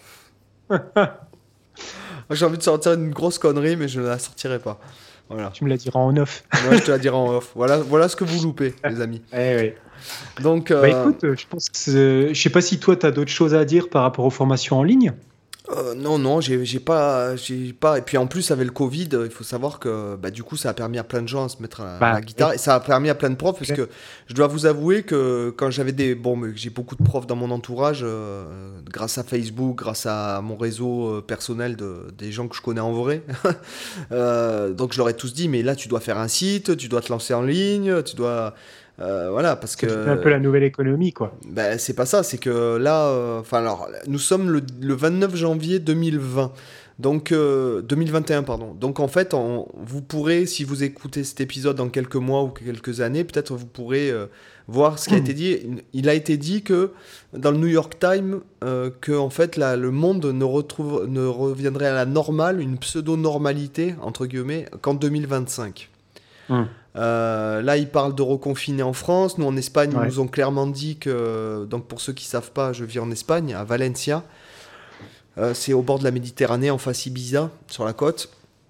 J'ai envie de sortir une grosse connerie, mais je ne la sortirai pas. Voilà. Tu me la diras en off. Moi, je te la dirai en off. Voilà ce que vous loupez, les amis. Oui. Donc, écoute, je pense que je sais pas si toi, tu as d'autres choses à dire par rapport aux formations en ligne. Non, j'ai pas. Et puis en plus, avec le Covid, il faut savoir que du coup, ça a permis à plein de gens à se mettre à la guitare. Et ça a permis à plein de profs, parce que je dois vous avouer que quand j'avais j'ai beaucoup de profs dans mon entourage, grâce à Facebook, grâce à mon réseau personnel des gens que je connais en vrai. Donc je leur ai tous dit, mais là, tu dois faire un site, tu dois te lancer en ligne, tu dois. Voilà, parce que. C'est un peu la nouvelle économie, quoi. C'est pas ça, c'est que là, alors, nous sommes le 29 janvier 2020, donc 2021, pardon. Donc en fait, vous pourrez, si vous écoutez cet épisode dans quelques mois ou quelques années, peut-être vous pourrez voir ce qui a été dit. Il a été dit que dans le New York Times, que en fait, le monde ne reviendrait à la normale, une pseudo-normalité, entre guillemets, qu'en 2025. Là, ils parlent de reconfiner en France. Nous, en Espagne, ils nous ont clairement dit que, donc pour ceux qui ne savent pas, je vis en Espagne, à Valencia. C'est au bord de la Méditerranée, en face Ibiza, sur la côte.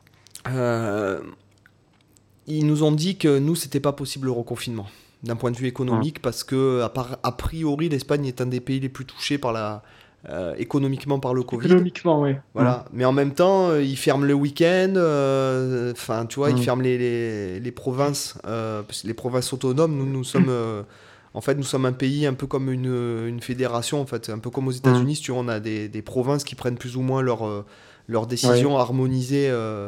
Ils nous ont dit que nous, c'était pas possible le reconfinement, d'un point de vue économique, parce que, a priori, l'Espagne est un des pays les plus touchés par économiquement par le Covid. Économiquement, oui. Voilà. Mais en même temps, ils ferment le week-end. Enfin, tu vois, ils ferment les provinces, les provinces autonomes. Nous sommes, en fait, nous sommes un pays un peu comme une fédération, en fait, un peu comme aux États-Unis. Si tu vois, on a des provinces qui prennent plus ou moins leurs décisions harmonisées.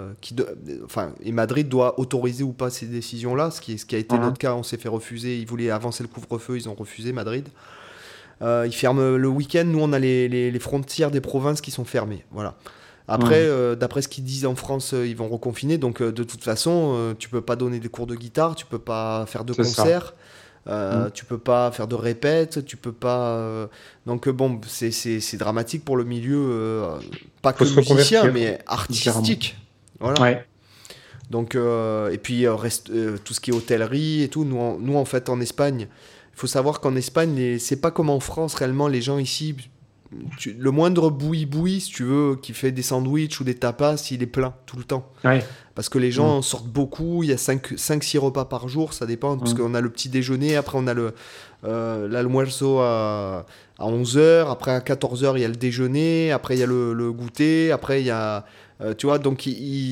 Et Madrid doit autoriser ou pas ces décisions-là, ce qui a été notre cas. On s'est fait refuser. Ils voulaient avancer le couvre-feu, ils ont refusé Madrid. Ils ferment le week-end. Nous, on a les frontières des provinces qui sont fermées. Voilà. Après, d'après ce qu'ils disent en France, ils vont reconfiner. Donc, de toute façon, tu peux pas donner des cours de guitare, tu peux pas faire de concerts, tu peux pas faire de répètes, tu peux pas. Donc, bon, c'est dramatique pour le milieu, pas que musicien, mais artistique. Voilà. Ouais. Donc, et puis, tout ce qui est hôtellerie et tout. Nous en fait, en Espagne. Il faut savoir qu'en Espagne, c'est pas comme en France réellement. Les gens ici, le moindre boui-boui, si tu veux, qui fait des sandwichs ou des tapas, il est plein tout le temps. Ouais. Parce que les gens sortent beaucoup. Il y a 5-6 repas par jour, ça dépend. Parce qu'on a le petit déjeuner, après on a l'almuerzo à 11h, après à 14h il y a le déjeuner, après il y a le goûter, après il y a... tu vois, donc eux,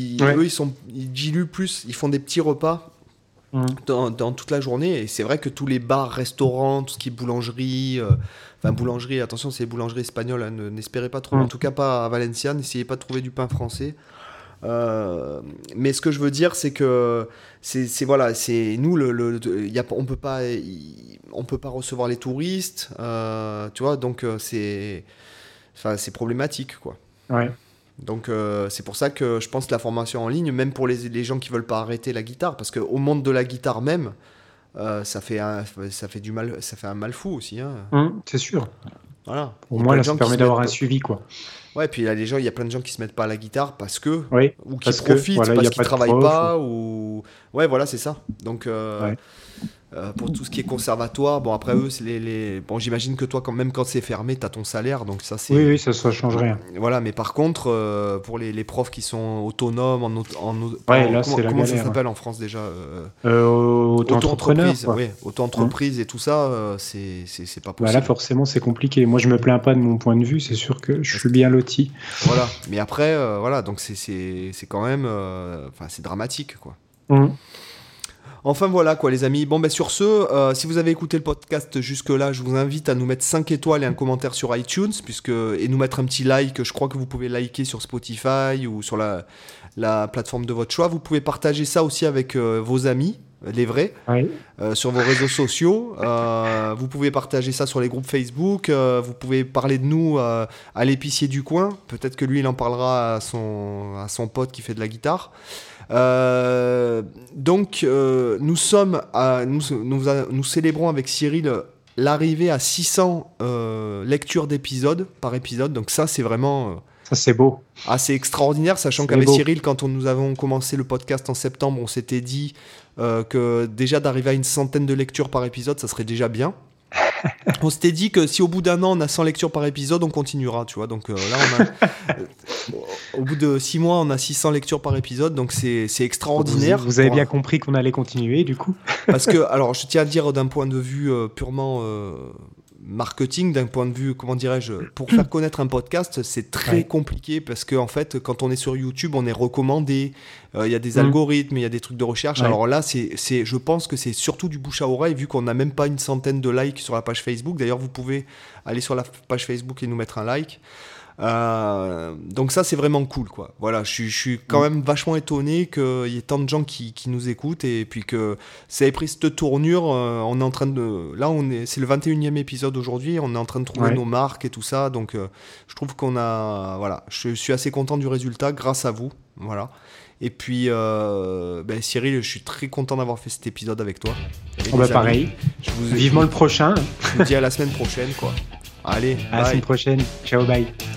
ils diluent plus, ils font des petits repas. Dans toute la journée, et c'est vrai que tous les bars, restaurants, tout ce qui est boulangerie, boulangerie, attention, c'est boulangerie espagnole, hein, n'espérez pas trouver, en tout cas pas à Valencia, n'essayez pas de trouver du pain français. Mais ce que je veux dire, c'est que c'est nous, on peut pas recevoir les touristes, tu vois, donc c'est problématique, quoi. Ouais. Donc c'est pour ça que je pense que la formation en ligne, même pour les gens qui veulent pas arrêter la guitare, parce qu'au monde de la guitare même, ça fait du mal, ça fait un mal fou aussi. Hein. C'est sûr. Voilà. Au moins là, ça permet d'avoir un suivi, quoi. Ouais, puis là, il y a plein de gens qui se mettent pas à la guitare parce que, ou qui parce profitent, parce qu'ils travaillent pas, ou... Ouais, voilà, c'est ça. Donc pour tout ce qui est conservatoire, bon après eux, c'est bon, j'imagine que toi, même quand c'est fermé, t'as ton salaire, donc ça c'est. Oui, ça change rien. Voilà, mais par contre, pour les profs qui sont autonomes, là c'est la comment galère. Ça s'appelle en France déjà auto-entreprise, auto-entreprise et tout ça, c'est pas possible. Là, forcément, c'est compliqué. Moi, je me plains pas de mon point de vue, c'est sûr que je suis bien loti. Voilà, mais après, donc c'est quand même, c'est dramatique, quoi. Enfin voilà quoi les amis. Bon sur ce, si vous avez écouté le podcast jusque-là, je vous invite à nous mettre 5 étoiles et un commentaire sur iTunes, et nous mettre un petit like. Je crois que vous pouvez liker sur Spotify ou sur la plateforme de votre choix. Vous pouvez partager ça aussi avec vos amis, les vrais, sur vos réseaux sociaux. Vous pouvez partager ça sur les groupes Facebook. Vous pouvez parler de nous à l'épicier du coin. Peut-être que lui il en parlera à son pote qui fait de la guitare. Donc nous célébrons avec Cyril l'arrivée à 600 lectures d'épisodes par épisode, donc ça c'est vraiment ça c'est beau, assez extraordinaire, sachant qu'avec Cyril, quand nous avons commencé le podcast en septembre, on s'était dit que déjà d'arriver à une centaine de lectures par épisode, ça serait déjà bien. On s'était dit que si au bout d'un an on a 100 lectures par épisode, on continuera, tu vois. Donc là, au bout de 6 mois, on a 600 lectures par épisode, donc c'est extraordinaire. Vous avez bien compris qu'on allait continuer, du coup. Parce que, alors, je tiens à dire d'un point de vue purement marketing, d'un point de vue, comment dirais-je, pour faire connaître un podcast, c'est très compliqué parce que en fait, quand on est sur YouTube, on est recommandé. Il y a des algorithmes, il y a des trucs de recherche. Alors là, je pense que c'est surtout du bouche à oreille, vu qu'on n'a même pas une centaine de likes sur la page Facebook. D'ailleurs, vous pouvez aller sur la page Facebook et nous mettre un like. Donc ça, c'est vraiment cool, quoi. Voilà, je suis quand même vachement étonné qu'il y ait tant de gens qui nous écoutent, et puis que ça ait pris cette tournure. On est en train de... Là, c'est le 21e épisode aujourd'hui, on est en train de trouver nos marques et tout ça, donc je trouve qu'on a... Voilà, je suis assez content du résultat grâce à vous, voilà. Et puis, Cyril, je suis très content d'avoir fait cet épisode avec toi. Pareil, vivement le prochain. Je vous dis à la semaine prochaine, quoi. Allez, à la semaine prochaine, ciao, bye.